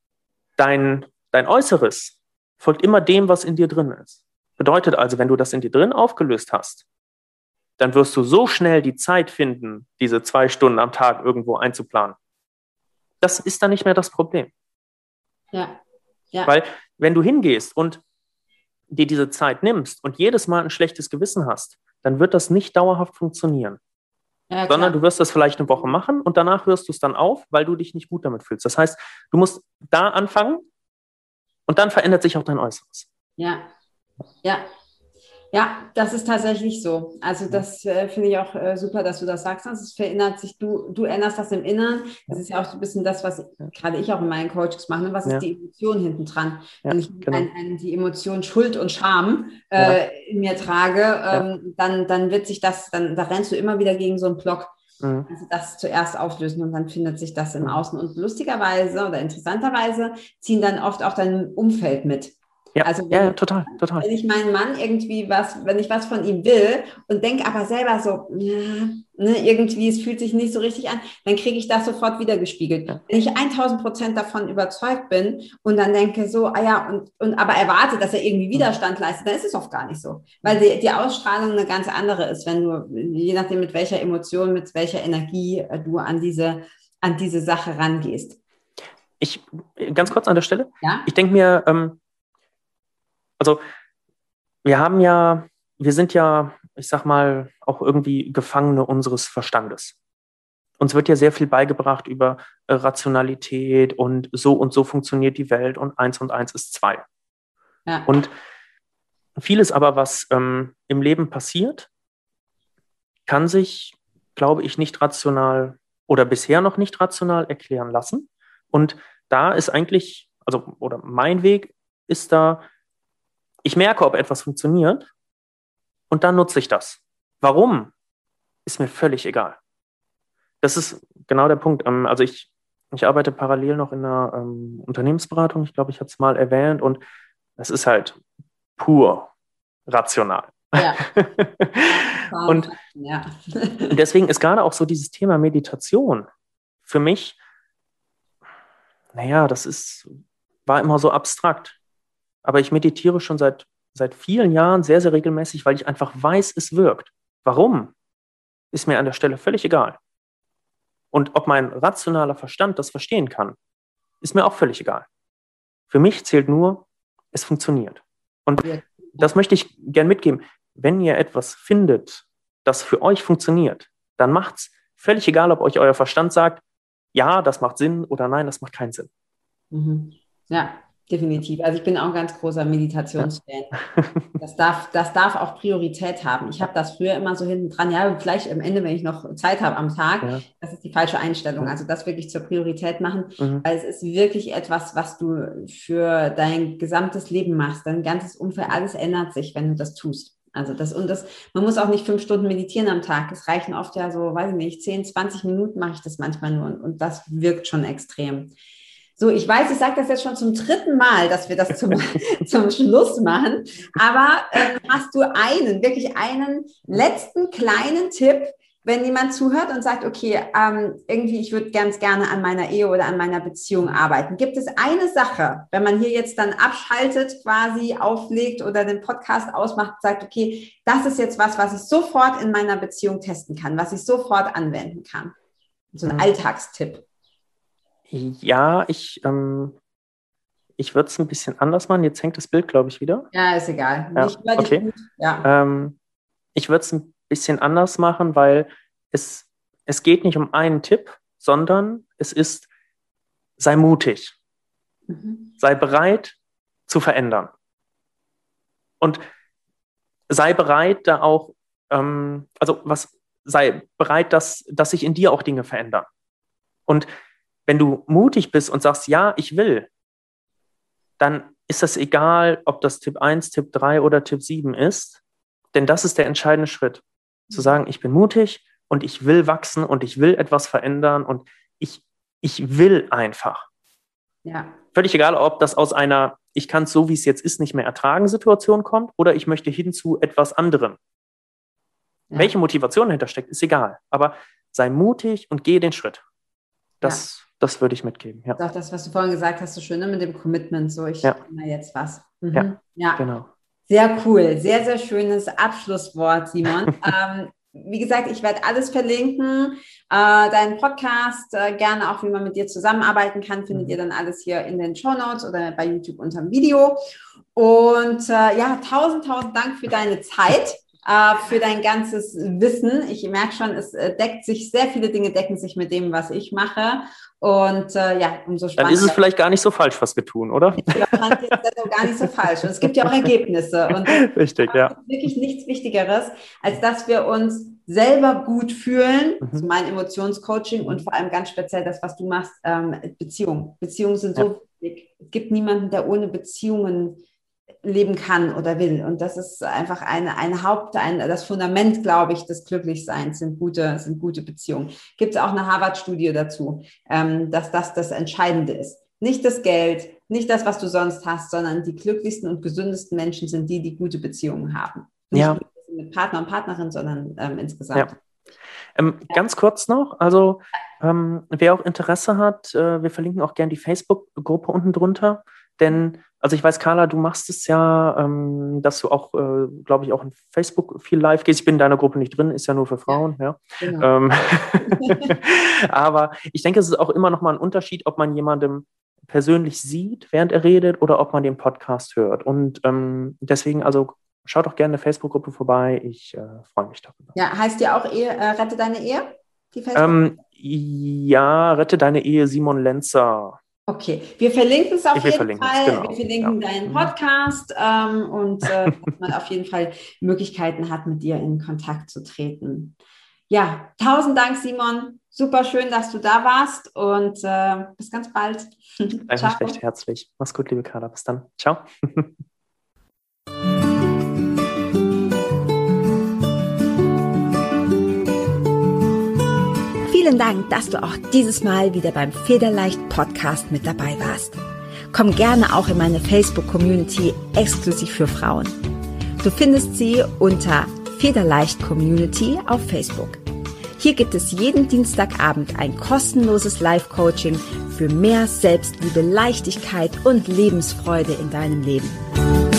dein Äußeres folgt immer dem, was in dir drin ist. Bedeutet also, wenn du das in dir drin aufgelöst hast, dann wirst du so schnell die Zeit finden, diese 2 Stunden am Tag irgendwo einzuplanen. Das ist dann nicht mehr das Problem.
Ja, ja.
Weil wenn du hingehst und dir diese Zeit nimmst und jedes Mal ein schlechtes Gewissen hast, dann wird das nicht dauerhaft funktionieren.
Ja,
Sondern
klar.
du wirst das vielleicht eine Woche machen und danach hörst du es dann auf, weil du dich nicht gut damit fühlst. Das heißt, du musst da anfangen und dann verändert sich auch dein Äußeres.
Ja, ja. Ja, das ist tatsächlich so. Also das finde ich auch super, dass du das sagst. Also es verändert sich, du änderst das im Inneren. Das ist ja auch so ein bisschen das, was gerade ich auch in meinen Coaches mache. Ne? Was ist die Emotion hinten dran?
Ja,
Wenn ich
genau.
die Emotion Schuld und Scham in mir trage, dann wird sich das, da rennst du immer wieder gegen so einen Block. Also das zuerst auflösen und dann findet sich das im Außen. Und lustigerweise oder interessanterweise ziehen dann oft auch dein Umfeld mit.
Ja,
Also
ja, total.
wenn ich meinen Mann irgendwie wenn ich was von ihm will und denke aber selber so, ja, ne, irgendwie, es fühlt sich nicht so richtig an, dann kriege ich das sofort wieder gespiegelt.
Ja.
Wenn ich 1000% davon überzeugt bin und dann denke so, aber erwarte, dass er irgendwie Widerstand leistet, dann ist es oft gar nicht so. Weil die Ausstrahlung eine ganz andere ist, wenn du, je nachdem mit welcher Emotion, mit welcher Energie du an diese Sache rangehst.
Ganz kurz an der Stelle,
Ja?
ich denke mir, also wir sind ja, ich sag mal, auch irgendwie Gefangene unseres Verstandes. Uns wird ja sehr viel beigebracht über Rationalität und so funktioniert die Welt und 1 und 1 ist 2.
Ja.
Und vieles aber, was im Leben passiert, kann sich, glaube ich, nicht rational oder bisher noch nicht rational erklären lassen. Und da ist eigentlich, also, oder mein Weg ist da, ich merke, ob etwas funktioniert und dann nutze ich das. Warum? Ist mir völlig egal. Das ist genau der Punkt. Also ich arbeite parallel noch in einer Unternehmensberatung. Ich glaube, ich hatte es mal erwähnt und es ist halt pur rational.
Ja.
Und deswegen ist gerade auch so dieses Thema Meditation für mich, naja, war immer so abstrakt. Aber ich meditiere schon seit vielen Jahren sehr, sehr regelmäßig, weil ich einfach weiß, es wirkt. Warum? Ist mir an der Stelle völlig egal. Und ob mein rationaler Verstand das verstehen kann, ist mir auch völlig egal. Für mich zählt nur, es funktioniert. Und das möchte ich gern mitgeben. Wenn ihr etwas findet, das für euch funktioniert, dann macht's völlig egal, ob euch euer Verstand sagt, ja, das macht Sinn oder nein, das macht keinen Sinn.
Ja, definitiv. Also ich bin auch ein ganz großer Meditationsfan. Das darf auch Priorität haben. Ich habe das früher immer so hinten dran, ja, vielleicht am Ende, wenn ich noch Zeit habe am Tag, das ist die falsche Einstellung. Also das wirklich zur Priorität machen, weil es ist wirklich etwas, was du für dein gesamtes Leben machst. Dein ganzes Umfeld, alles ändert sich, wenn du das tust. Also man muss auch nicht 5 Stunden meditieren am Tag. Es reichen oft ja so, weiß ich nicht, 10, 20 Minuten mache ich das manchmal nur und das wirkt schon extrem. So, ich weiß, ich sage das jetzt schon zum 3. Mal, dass wir das zum Schluss machen. Aber hast du wirklich einen letzten kleinen Tipp, wenn jemand zuhört und sagt, okay, irgendwie, ich würde ganz gerne an meiner Ehe oder an meiner Beziehung arbeiten. Gibt es eine Sache, wenn man hier jetzt dann abschaltet, quasi auflegt oder den Podcast ausmacht, sagt, okay, das ist jetzt was ich sofort in meiner Beziehung testen kann, was ich sofort anwenden kann? So ein Alltagstipp.
Ja, ich würde es ein bisschen anders machen. Jetzt hängt das Bild, glaube ich, wieder.
Ja, ist egal.
Ja, okay. Ja. Ich würde es ein bisschen anders machen, weil es geht nicht um einen Tipp, sondern es ist, sei mutig. Sei bereit zu verändern. Und sei bereit, da auch, sei bereit, dass sich in dir auch Dinge verändern. Und wenn du mutig bist und sagst, ja, ich will, dann ist das egal, ob das Tipp 1, Tipp 3 oder Tipp 7 ist, denn das ist der entscheidende Schritt. Zu sagen, ich bin mutig und ich will wachsen und ich will etwas verändern und ich will einfach.
Ja.
Völlig egal, ob das aus einer, ich kann es so, wie es jetzt ist, nicht mehr ertragen Situation kommt oder ich möchte hin zu etwas anderem. Ja. Welche Motivation dahinter steckt, ist egal. Aber sei mutig und gehe den Schritt. Das würde ich mitgeben. Ja.
Das ist auch das, was du vorhin gesagt hast, so schön, ne? Mit dem Commitment, so ich mache jetzt was.
Ja, genau.
Sehr cool, sehr, sehr schönes Abschlusswort, Simon. Wie gesagt, ich werde alles verlinken, deinen Podcast, gerne auch, wie man mit dir zusammenarbeiten kann, findet ihr dann alles hier in den Shownotes oder bei YouTube unter dem Video. Und tausend Dank für deine Zeit. Für dein ganzes Wissen. Ich merke schon, sehr viele Dinge decken sich mit dem, was ich mache. Und umso spannender.
Dann ist es vielleicht gar nicht so falsch, was wir tun, oder?
Ja, das ist gar nicht so falsch. Und es gibt ja auch Ergebnisse. Und
richtig, ja.
Es ist wirklich nichts Wichtigeres, als dass wir uns selber gut fühlen. Also mein Emotionscoaching und vor allem ganz speziell das, was du machst, Beziehungen. Beziehungen sind so wichtig. Es gibt niemanden, der ohne Beziehungen leben kann oder will. Und das ist einfach das Fundament, glaube ich, des Glücklichseins sind gute Beziehungen. Gibt es auch eine Harvard-Studie dazu, dass das Entscheidende ist. Nicht das Geld, nicht das, was du sonst hast, sondern die glücklichsten und gesündesten Menschen sind die gute Beziehungen haben. Nicht nur mit Partner und Partnerin, sondern insgesamt.
Ja. Ganz kurz noch, also wer auch Interesse hat, wir verlinken auch gerne die Facebook-Gruppe unten drunter, denn also ich weiß, Carla, du machst es ja, dass du auch, glaube ich, auch in Facebook viel live gehst. Ich bin in deiner Gruppe nicht drin, ist ja nur für Frauen. Ja. Genau. Aber ich denke, es ist auch immer noch mal ein Unterschied, ob man jemandem persönlich sieht, während er redet, oder ob man den Podcast hört. Und deswegen, also schaut doch gerne in der Facebook-Gruppe vorbei. Ich freue mich darüber.
Ja, heißt die auch Rette deine Ehe? Die Facebook?
Ja, Rette deine Ehe, Simon Lenzer.
Okay, wir verlinken es auf jeden Fall.
Genau.
Wir verlinken deinen Podcast und dass man auf jeden Fall Möglichkeiten hat, mit dir in Kontakt zu treten. Ja, 1000 Dank, Simon. Super schön, dass du da warst und bis ganz bald.
Danke mich recht herzlich. Mach's gut, liebe Carla. Bis dann. Ciao.
Vielen Dank, dass du auch dieses Mal wieder beim Federleicht Podcast mit dabei warst. Komm gerne auch in meine Facebook-Community exklusiv für Frauen. Du findest sie unter Federleicht Community auf Facebook. Hier gibt es jeden Dienstagabend ein kostenloses Live-Coaching für mehr Selbstliebe, Leichtigkeit und Lebensfreude in deinem Leben.